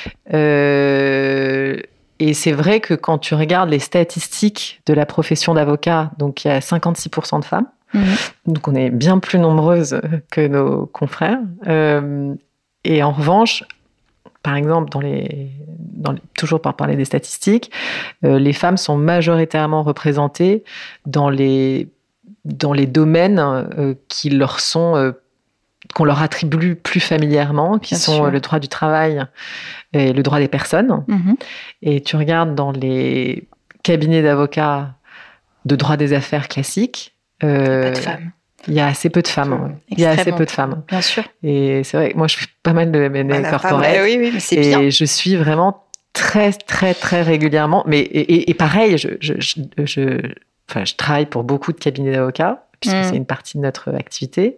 Euh, et c'est vrai que quand tu regardes les statistiques de la profession d'avocat, donc il y a cinquante-six pour cent de femmes, mmh. donc on est bien plus nombreuses que nos confrères. Euh, et en revanche, par exemple, dans les, dans les, toujours par parler des statistiques, euh, les femmes sont majoritairement représentées dans les, dans les domaines euh, qui leur sont... Euh, qu'on leur attribue plus familièrement, qui Bien sont sûr. le droit du travail et le droit des personnes. Mmh. Et tu regardes dans les cabinets d'avocats de droit des affaires classiques, euh, pas de femmes. Il y a assez peu de femmes. Ouais. Il y a assez peu de femmes. Bien sûr. Et c'est vrai, moi je fais pas mal de M and A corporate. Oui, oui, mais c'est et bien. Et je suis vraiment très, très, très régulièrement. Mais et, et, et pareil, je, je, je, je enfin, je travaille pour beaucoup de cabinets d'avocats, puisque mmh. c'est une partie de notre activité.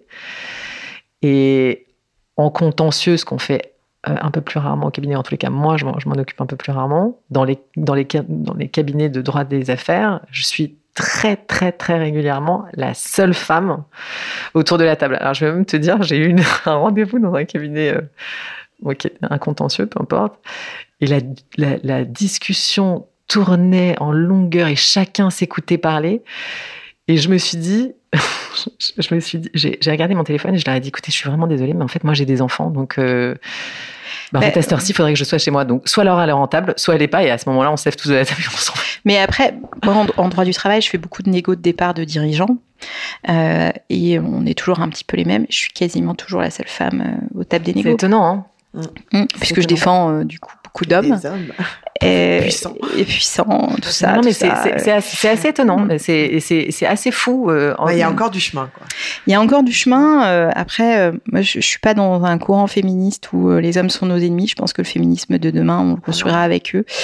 Et en contentieux, ce qu'on fait euh, un peu plus rarement au cabinet, en tous les cas, moi, je m'en, je m'en occupe un peu plus rarement. Dans les, dans, les, dans les cabinets de droit des affaires, je suis très, très, très régulièrement la seule femme autour de la table. Alors, je vais même te dire, j'ai eu une, un rendez-vous dans un cabinet, euh, okay, un contentieux, peu importe. Et la, la, la discussion tournait en longueur et chacun s'écoutait parler. Et je me suis dit, je me suis dit, j'ai, j'ai regardé mon téléphone et je leur ai dit, écoutez, je suis vraiment désolée, mais en fait, moi, j'ai des enfants, donc euh, bah, en fait, à cette heure-ci, il faudrait que je sois chez moi. Donc, soit Laura, elle est rentable, soit elle n'est pas, et à ce moment-là, on se lève tous de la table et on s'en fait. Mais après, moi, en droit du travail, je fais beaucoup de négo de départ de dirigeants, euh, et on est toujours un petit peu les mêmes. Je suis quasiment toujours la seule femme euh, aux tables des négo. C'est étonnant, hein mmh. Mmh, puisque étonnant. Je défends, euh, du coup, beaucoup d'hommes. Des hommes. Et puissants. Et puissants, tout ça. Non, tout mais ça. C'est, c'est, c'est, assez, c'est assez étonnant. Mmh. C'est, c'est, c'est assez fou. Euh, il ouais, y a encore du chemin, quoi. Il y a encore du chemin. Euh, après, euh, moi, je, je suis pas dans un courant féministe où euh, les hommes sont nos ennemis. Je pense que le féminisme de demain, on le construira ah avec eux.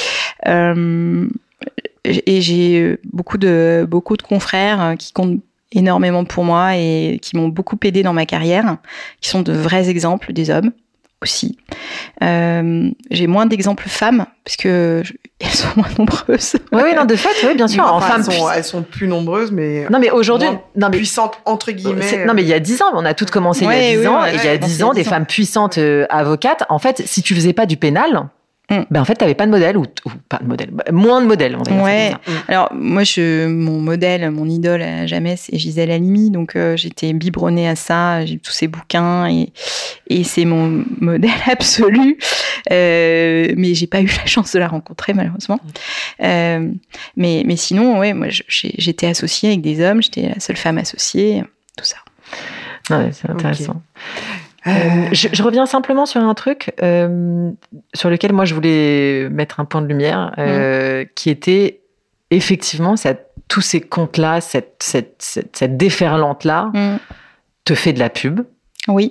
Euh, et j'ai beaucoup de, beaucoup de confrères qui comptent énormément pour moi et qui m'ont beaucoup aidé dans ma carrière, qui sont de vrais exemples, des hommes aussi. Euh, j'ai moins d'exemples femmes parce que je, elles sont moins nombreuses. Oui, oui, non, de fait, oui, bien sûr. Enfin, en femmes, elles, sont, elles sont plus nombreuses, mais non, mais aujourd'hui, non, mais puissantes entre guillemets. C'est, non, mais il y a dix ans, on a toutes commencé ouais, il y a dix oui, ans, ouais, et il y a dix ans, des ans. femmes puissantes euh, avocates. En fait, si tu faisais pas du pénal. Mm. Ben en fait, t'avais pas de modèle ou, ou pas de modèle, moins de modèles. On va dire ouais. Ça. Alors moi, je, mon modèle, mon idole à jamais, c'est Gisèle Halimi. Donc euh, j'étais biberonnée à ça. J'ai tous ses bouquins et et c'est mon modèle absolu. Euh, mais j'ai pas eu la chance de la rencontrer malheureusement. Mm. Euh, mais mais sinon, ouais, moi j'ai, j'étais associée avec des hommes. J'étais la seule femme associée. Tout ça. Non, ouais, c'est intéressant. Okay. Euh, je, je reviens simplement sur un truc euh, sur lequel moi je voulais mettre un point de lumière, euh, mmh. qui était effectivement cette, tous ces comptes-là, cette, cette, cette, cette déferlante-là mmh. te fait de la pub. Oui.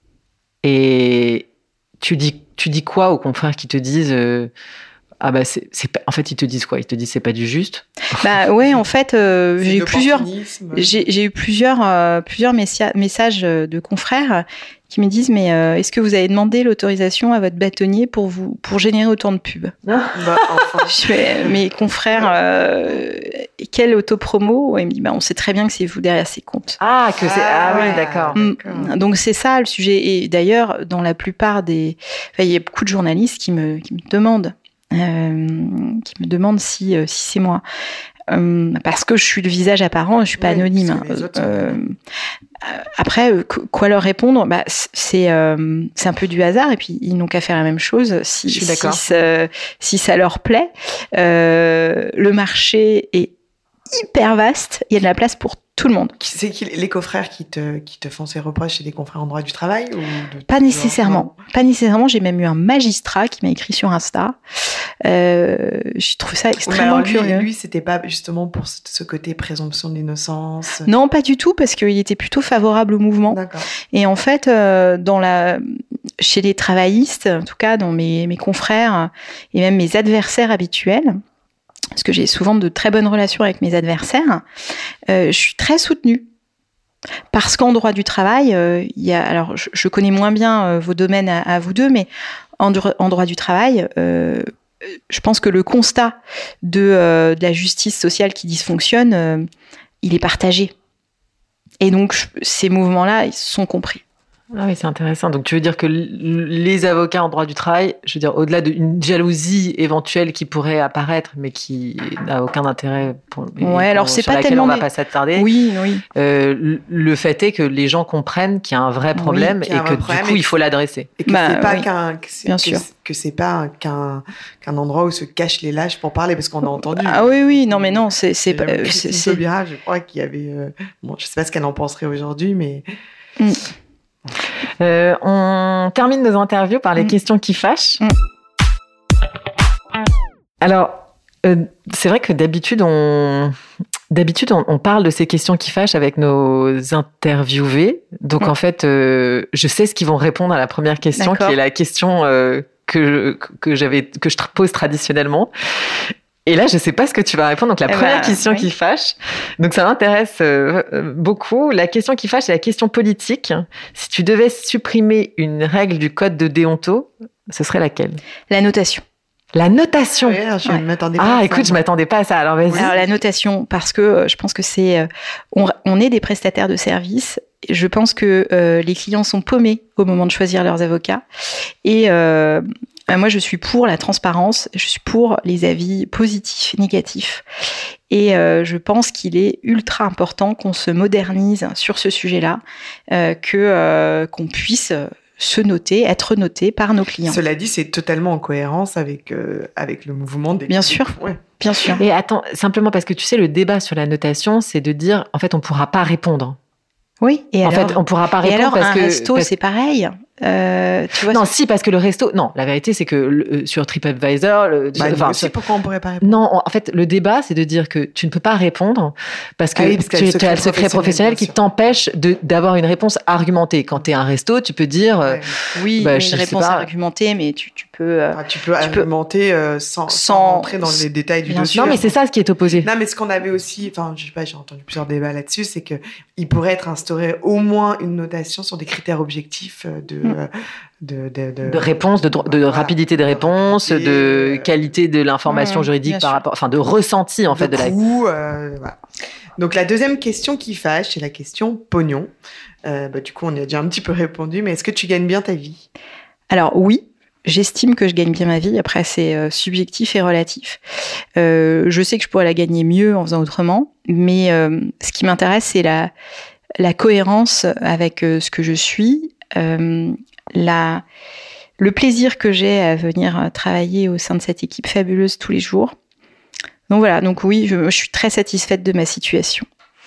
Et tu dis, tu dis quoi aux confrères qui te disent euh, ah bah c'est, c'est pas... en fait ils te disent quoi? Ils te disent c'est pas du juste. Bah ouais, en fait euh, j'ai eu plusieurs j'ai, j'ai eu plusieurs euh, plusieurs messia- messages de confrères qui me disent mais euh, est-ce que vous avez demandé l'autorisation à votre bâtonnier pour vous pour générer autant de pubs? Bah, enfin. Je fais, mes confrères euh, quelle autopromo? Et il me dit bah on sait très bien que c'est vous derrière ces comptes. Ah que c'est ah, ah oui d'accord. d'accord. Donc c'est ça le sujet. Et d'ailleurs dans la plupart des enfin, il y a beaucoup de journalistes qui me qui me demandent Euh, qui me demande si, euh, si c'est moi. Euh, parce que je suis le visage apparent, je suis pas oui, anonyme. Euh, après, euh, quoi leur répondre? Bah, c'est, euh, c'est un peu du hasard et puis ils n'ont qu'à faire la même chose si, je suis d'accord. si, ça, si ça leur plaît. Euh, le marché est hyper vaste, il y a de la place pour tout le monde. C'est qui les confrères qui te, qui te font ces reproches, c'est des confrères en droit du travail ou de Pas nécessairement. Pas nécessairement. J'ai même eu un magistrat qui m'a écrit sur Insta. Euh, j'ai trouvé ça extrêmement alors, lui, curieux. Lui, c'était pas justement pour ce côté présomption d'innocence? Non, pas du tout, parce qu'il était plutôt favorable au mouvement. D'accord. Et en fait, euh, dans la, chez les travaillistes, en tout cas dans mes, mes confrères et même mes adversaires habituels, parce que j'ai souvent de très bonnes relations avec mes adversaires, euh, je suis très soutenue. Parce qu'en droit du travail, euh, il y a, alors je, je connais moins bien euh, vos domaines à, à vous deux, mais en, en droit du travail, euh, je pense que le constat de, euh, de la justice sociale qui dysfonctionne, euh, il est partagé. Et donc je, ces mouvements-là, ils sont compris. Ah oui, c'est intéressant. Donc, tu veux dire que les avocats en droit du travail, je veux dire, au-delà d'une jalousie éventuelle qui pourrait apparaître, mais qui n'a aucun intérêt pour, ouais, pour, alors c'est sur pas laquelle tellement on va des... pas s'attarder. Oui, oui. Euh, le fait est que les gens comprennent qu'il y a un vrai problème oui, et que du coup, il faut l'adresser. Et que bah, c'est pas oui. qu'un, que c'est, bien que sûr. C'est, que c'est pas qu'un, qu'un endroit où se cachent les lâches pour parler, parce qu'on a entendu. Ah oui, oui, non, mais non, c'est, c'est pas. C'est, c'est... Taubira, je crois qu'il y avait. Euh... Bon, je sais pas ce qu'elle en penserait aujourd'hui, mais. Mm. Euh, on termine nos interviews par les mmh. questions qui fâchent. Mmh. Alors, euh, c'est vrai que d'habitude, on, d'habitude on, on parle de ces questions qui fâchent avec nos interviewés. Donc, mmh. en fait, euh, je sais ce qu'ils vont répondre à la première question, D'accord. qui est la question euh, que, que, j'avais, que je pose traditionnellement. Et là, je ne sais pas ce que tu vas répondre. Donc, la eh première ben, question oui. qui fâche, donc ça m'intéresse euh, beaucoup. La question qui fâche, c'est la question politique. Si tu devais supprimer une règle du code de déonto, ce serait laquelle ? La notation. La notation. Ouais, je ne Ouais. m'attendais pas Ah, à ça, écoute, je moi. m'attendais pas à ça. Alors, vas-y. Alors la notation, parce que euh, je pense que c'est, euh, on, on est des prestataires de services. Je pense que euh, les clients sont paumés au moment de choisir leurs avocats. Et euh, moi, je suis pour la transparence. Je suis pour les avis positifs, négatifs. Et euh, je pense qu'il est ultra important qu'on se modernise sur ce sujet-là, euh, que euh, qu'on puisse se noter, être noté par nos clients. Cela dit, c'est totalement en cohérence avec, euh, avec le mouvement des... Bien sûr. Ouais. Bien sûr. Et attends, simplement parce que tu sais, le débat sur la notation, c'est de dire, en fait, on ne pourra pas répondre. Oui. Et en alors, fait, on ne pourra pas et répondre alors parce un que... resto, parce- c'est pareil. Euh, tu vois, Non, si, parce que le resto... Non, la vérité, c'est que le- sur TripAdvisor... Le, Bah, nous enfin, aussi, sur- pourquoi on pourrait pas répondre? Non, en fait, le débat, c'est de dire que tu ne peux pas répondre parce que, Ah oui, parce qu'il y a tu le secret as le secret professionnel, professionnel bien qui sûr. t'empêche de, d'avoir une réponse argumentée. Quand tu es un resto, tu peux dire... euh, Ouais. oui, bah, mais je une sais réponse pas. argumentée, mais tu, tu peux. euh, Enfin, tu peux Tu peux- argumenter euh, sans, sans sans- rentrer dans les détails du Bien dossier. Non, mais c'est ça ce qui est opposé. Non, mais ce qu'on avait aussi, enfin, je sais pas, j'ai entendu plusieurs débats là-dessus, c'est que il pourrait être instauré au moins une notation sur des critères objectifs euh, de, Mm. euh, de, de, de, De réponse, de, dro- de Voilà. rapidité des réponses, rapidité, de euh, qualité de l'information Mmh, juridique bien par sûr. rapport... Enfin, de ressenti, en fait, de la... coût, euh, voilà. Donc la deuxième question qui fâche, c'est la question pognon. Euh, bah, du coup, on y a déjà un petit peu répondu, mais est-ce que tu gagnes bien ta vie? Alors oui, j'estime que je gagne bien ma vie. Après, c'est euh, subjectif et relatif. Euh, je sais que je pourrais la gagner mieux en faisant autrement, mais euh, ce qui m'intéresse, c'est la, la cohérence avec euh, ce que je suis, euh, la, le plaisir que j'ai à venir travailler au sein de cette équipe fabuleuse tous les jours. Donc voilà, donc oui, je, je suis très satisfaite de ma situation.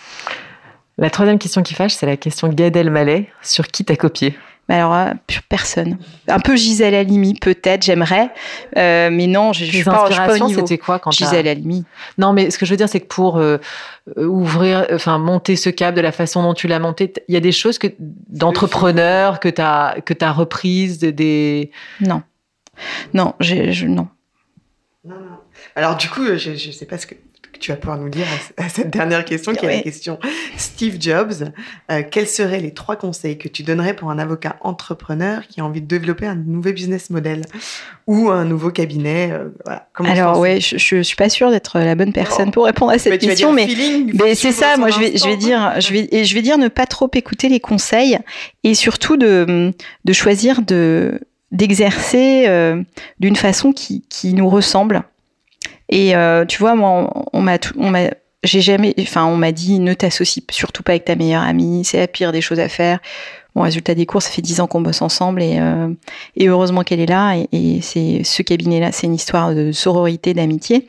La troisième question qui fâche, c'est la question Gad Elmaleh. Sur qui t'as copié? Mais alors, euh, pure personne. Un peu Gisèle Halimi, peut-être, j'aimerais. Euh, mais non, je, je Les suis pas, je suis pas au inspirations, niveau. c'était quoi quand t'as... Gisèle Halimi. Non, mais ce que je veux dire, c'est que pour euh, euh, ouvrir, enfin monter ce cap de la façon dont tu l'as monté, t- il y a des choses que d'entrepreneurs que t'as que t'as reprises, de- des. Non. Non, j'ai, je, non. Non, non. Alors du coup, je ne sais pas ce que tu vas pouvoir nous dire à, à cette dernière question, qui est Ouais. la question Steve Jobs. Euh, quels seraient les trois conseils que tu donnerais pour un avocat entrepreneur qui a envie de développer un nouveau business model ou un nouveau cabinet euh, voilà. Comment tu Alors, penses ouais, je, je suis pas sûre d'être la bonne personne Oh. pour répondre à cette Mais tu vas question, dire mais. feeling, Mais tu c'est ça, poses moi ton je vais, je vais instant. dire, je vais, et je vais dire ne pas trop écouter les conseils et surtout de, de choisir de, d'exercer euh, d'une façon qui, qui nous ressemble. Et euh, tu vois, moi, on, on m'a, tout- on m'a, j'ai jamais, enfin, on m'a dit ne t'associe surtout pas avec ta meilleure amie, c'est la pire des choses à faire. Bon, résultat des cours, ça fait dix ans qu'on bosse ensemble et, euh, et heureusement qu'elle est là. Et, et c'est ce cabinet-là, c'est une histoire de sororité, d'amitié.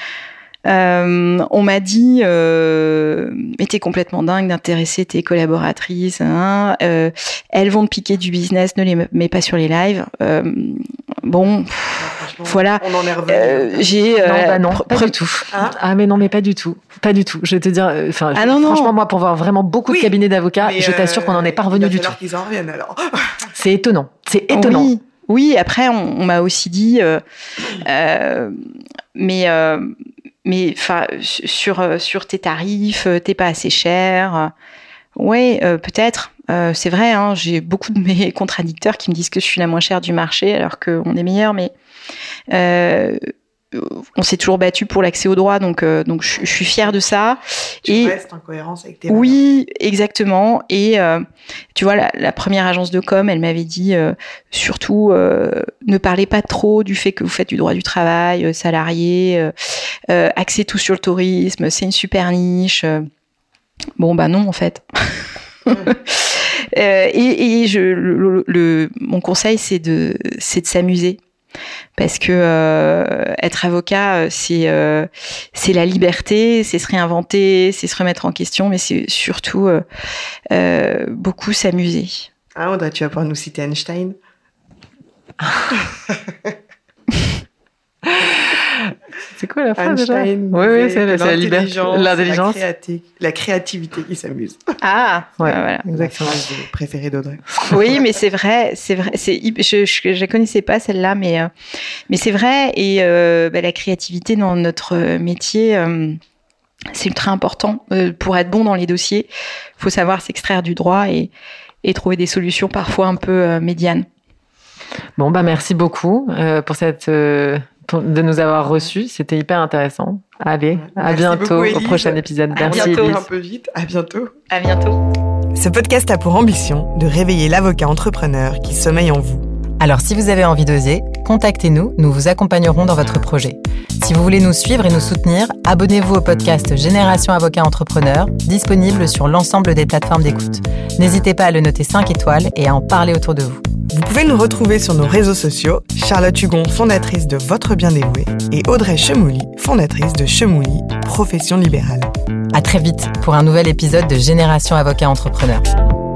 Euh, on m'a dit, euh, mais t'es complètement dingue d'intéresser tes collaboratrices. Hein, euh, elles vont te piquer du business, ne les mets pas sur les lives. Euh, bon, Non, franchement, voilà. On en est revenu. euh, j'ai. Non, euh, bah non, pre- pas pre- du tout. Hein Ah mais non, mais pas du tout, pas du tout. Je vais te dire, euh, enfin, Ah je- non, non. franchement, moi, pour voir vraiment beaucoup Oui, de cabinets d'avocats, Mais, je t'assure qu'on n'en est pas euh, revenu du Il va tout. falloir qu'ils en reviennent alors. C'est étonnant, c'est étonnant. Oui, oui. Après, on, on m'a aussi dit, euh, euh, mais, euh, mais, enfin, sur sur tes tarifs, euh, t'es pas assez cher. Ouais, euh, peut-être. Euh, c'est vrai. Hein, j'ai beaucoup de mes contradicteurs qui me disent que je suis la moins chère du marché, alors qu'on est meilleur. Mais euh, on s'est toujours battu pour l'accès au droit, donc euh, donc je, je suis fière de ça. Tu Et restes en cohérence avec tes oui, exactement. Et euh, tu vois, la, la première agence de com, elle m'avait dit euh, surtout euh, ne parlez pas trop du fait que vous faites du droit du travail, euh, salarié, euh, euh, axez tout sur le tourisme, c'est une super niche. Bon, bah non, en fait. Euh, et et je, le, le, mon valeur, c'est de, c'est de s'amuser. Parce que euh, être avocat, c'est euh, c'est la liberté, c'est se réinventer, c'est se remettre en question, mais c'est surtout euh, euh, beaucoup s'amuser. Ah, Audrey, tu vas pouvoir nous citer Einstein. C'est quoi la phrase Einstein déjà? Oui, oui, c'est, c'est la liberté, l'intelligence. La, créati- la créativité qui s'amuse. Ah, ouais, voilà. Exactement. La phrase préférée d'Audrey. Oui, mais c'est vrai, c'est vrai. C'est, je, je, je connaissais pas celle-là, mais, euh, mais c'est vrai. Et euh, bah, la créativité dans notre métier, euh, c'est ultra important. Euh, pour être bon dans les dossiers, il faut savoir s'extraire du droit et, et trouver des solutions parfois un peu euh, médianes. Bon, bah merci beaucoup euh, pour cette, euh, pour, de nous avoir reçus. C'était hyper intéressant. Allez, ouais, à bientôt beaucoup, au prochain épisode. À merci, bientôt, Élise. Un peu vite. À bientôt. À bientôt. Ce podcast a pour ambition de réveiller l'avocat entrepreneur qui sommeille en vous. Alors si vous avez envie d'oser, contactez-nous, nous vous accompagnerons dans votre projet. Si vous voulez nous suivre et nous soutenir, abonnez-vous au podcast Génération Avocat Entrepreneur, disponible sur l'ensemble des plateformes d'écoute. N'hésitez pas à le noter cinq étoiles et à en parler autour de vous. Vous pouvez nous retrouver sur nos réseaux sociaux, Charlotte Hugon, fondatrice de Votre Bien Dévoué, et Audrey Chemouli, fondatrice de Chemouli, profession libérale. À très vite pour un nouvel épisode de Génération Avocat Entrepreneur.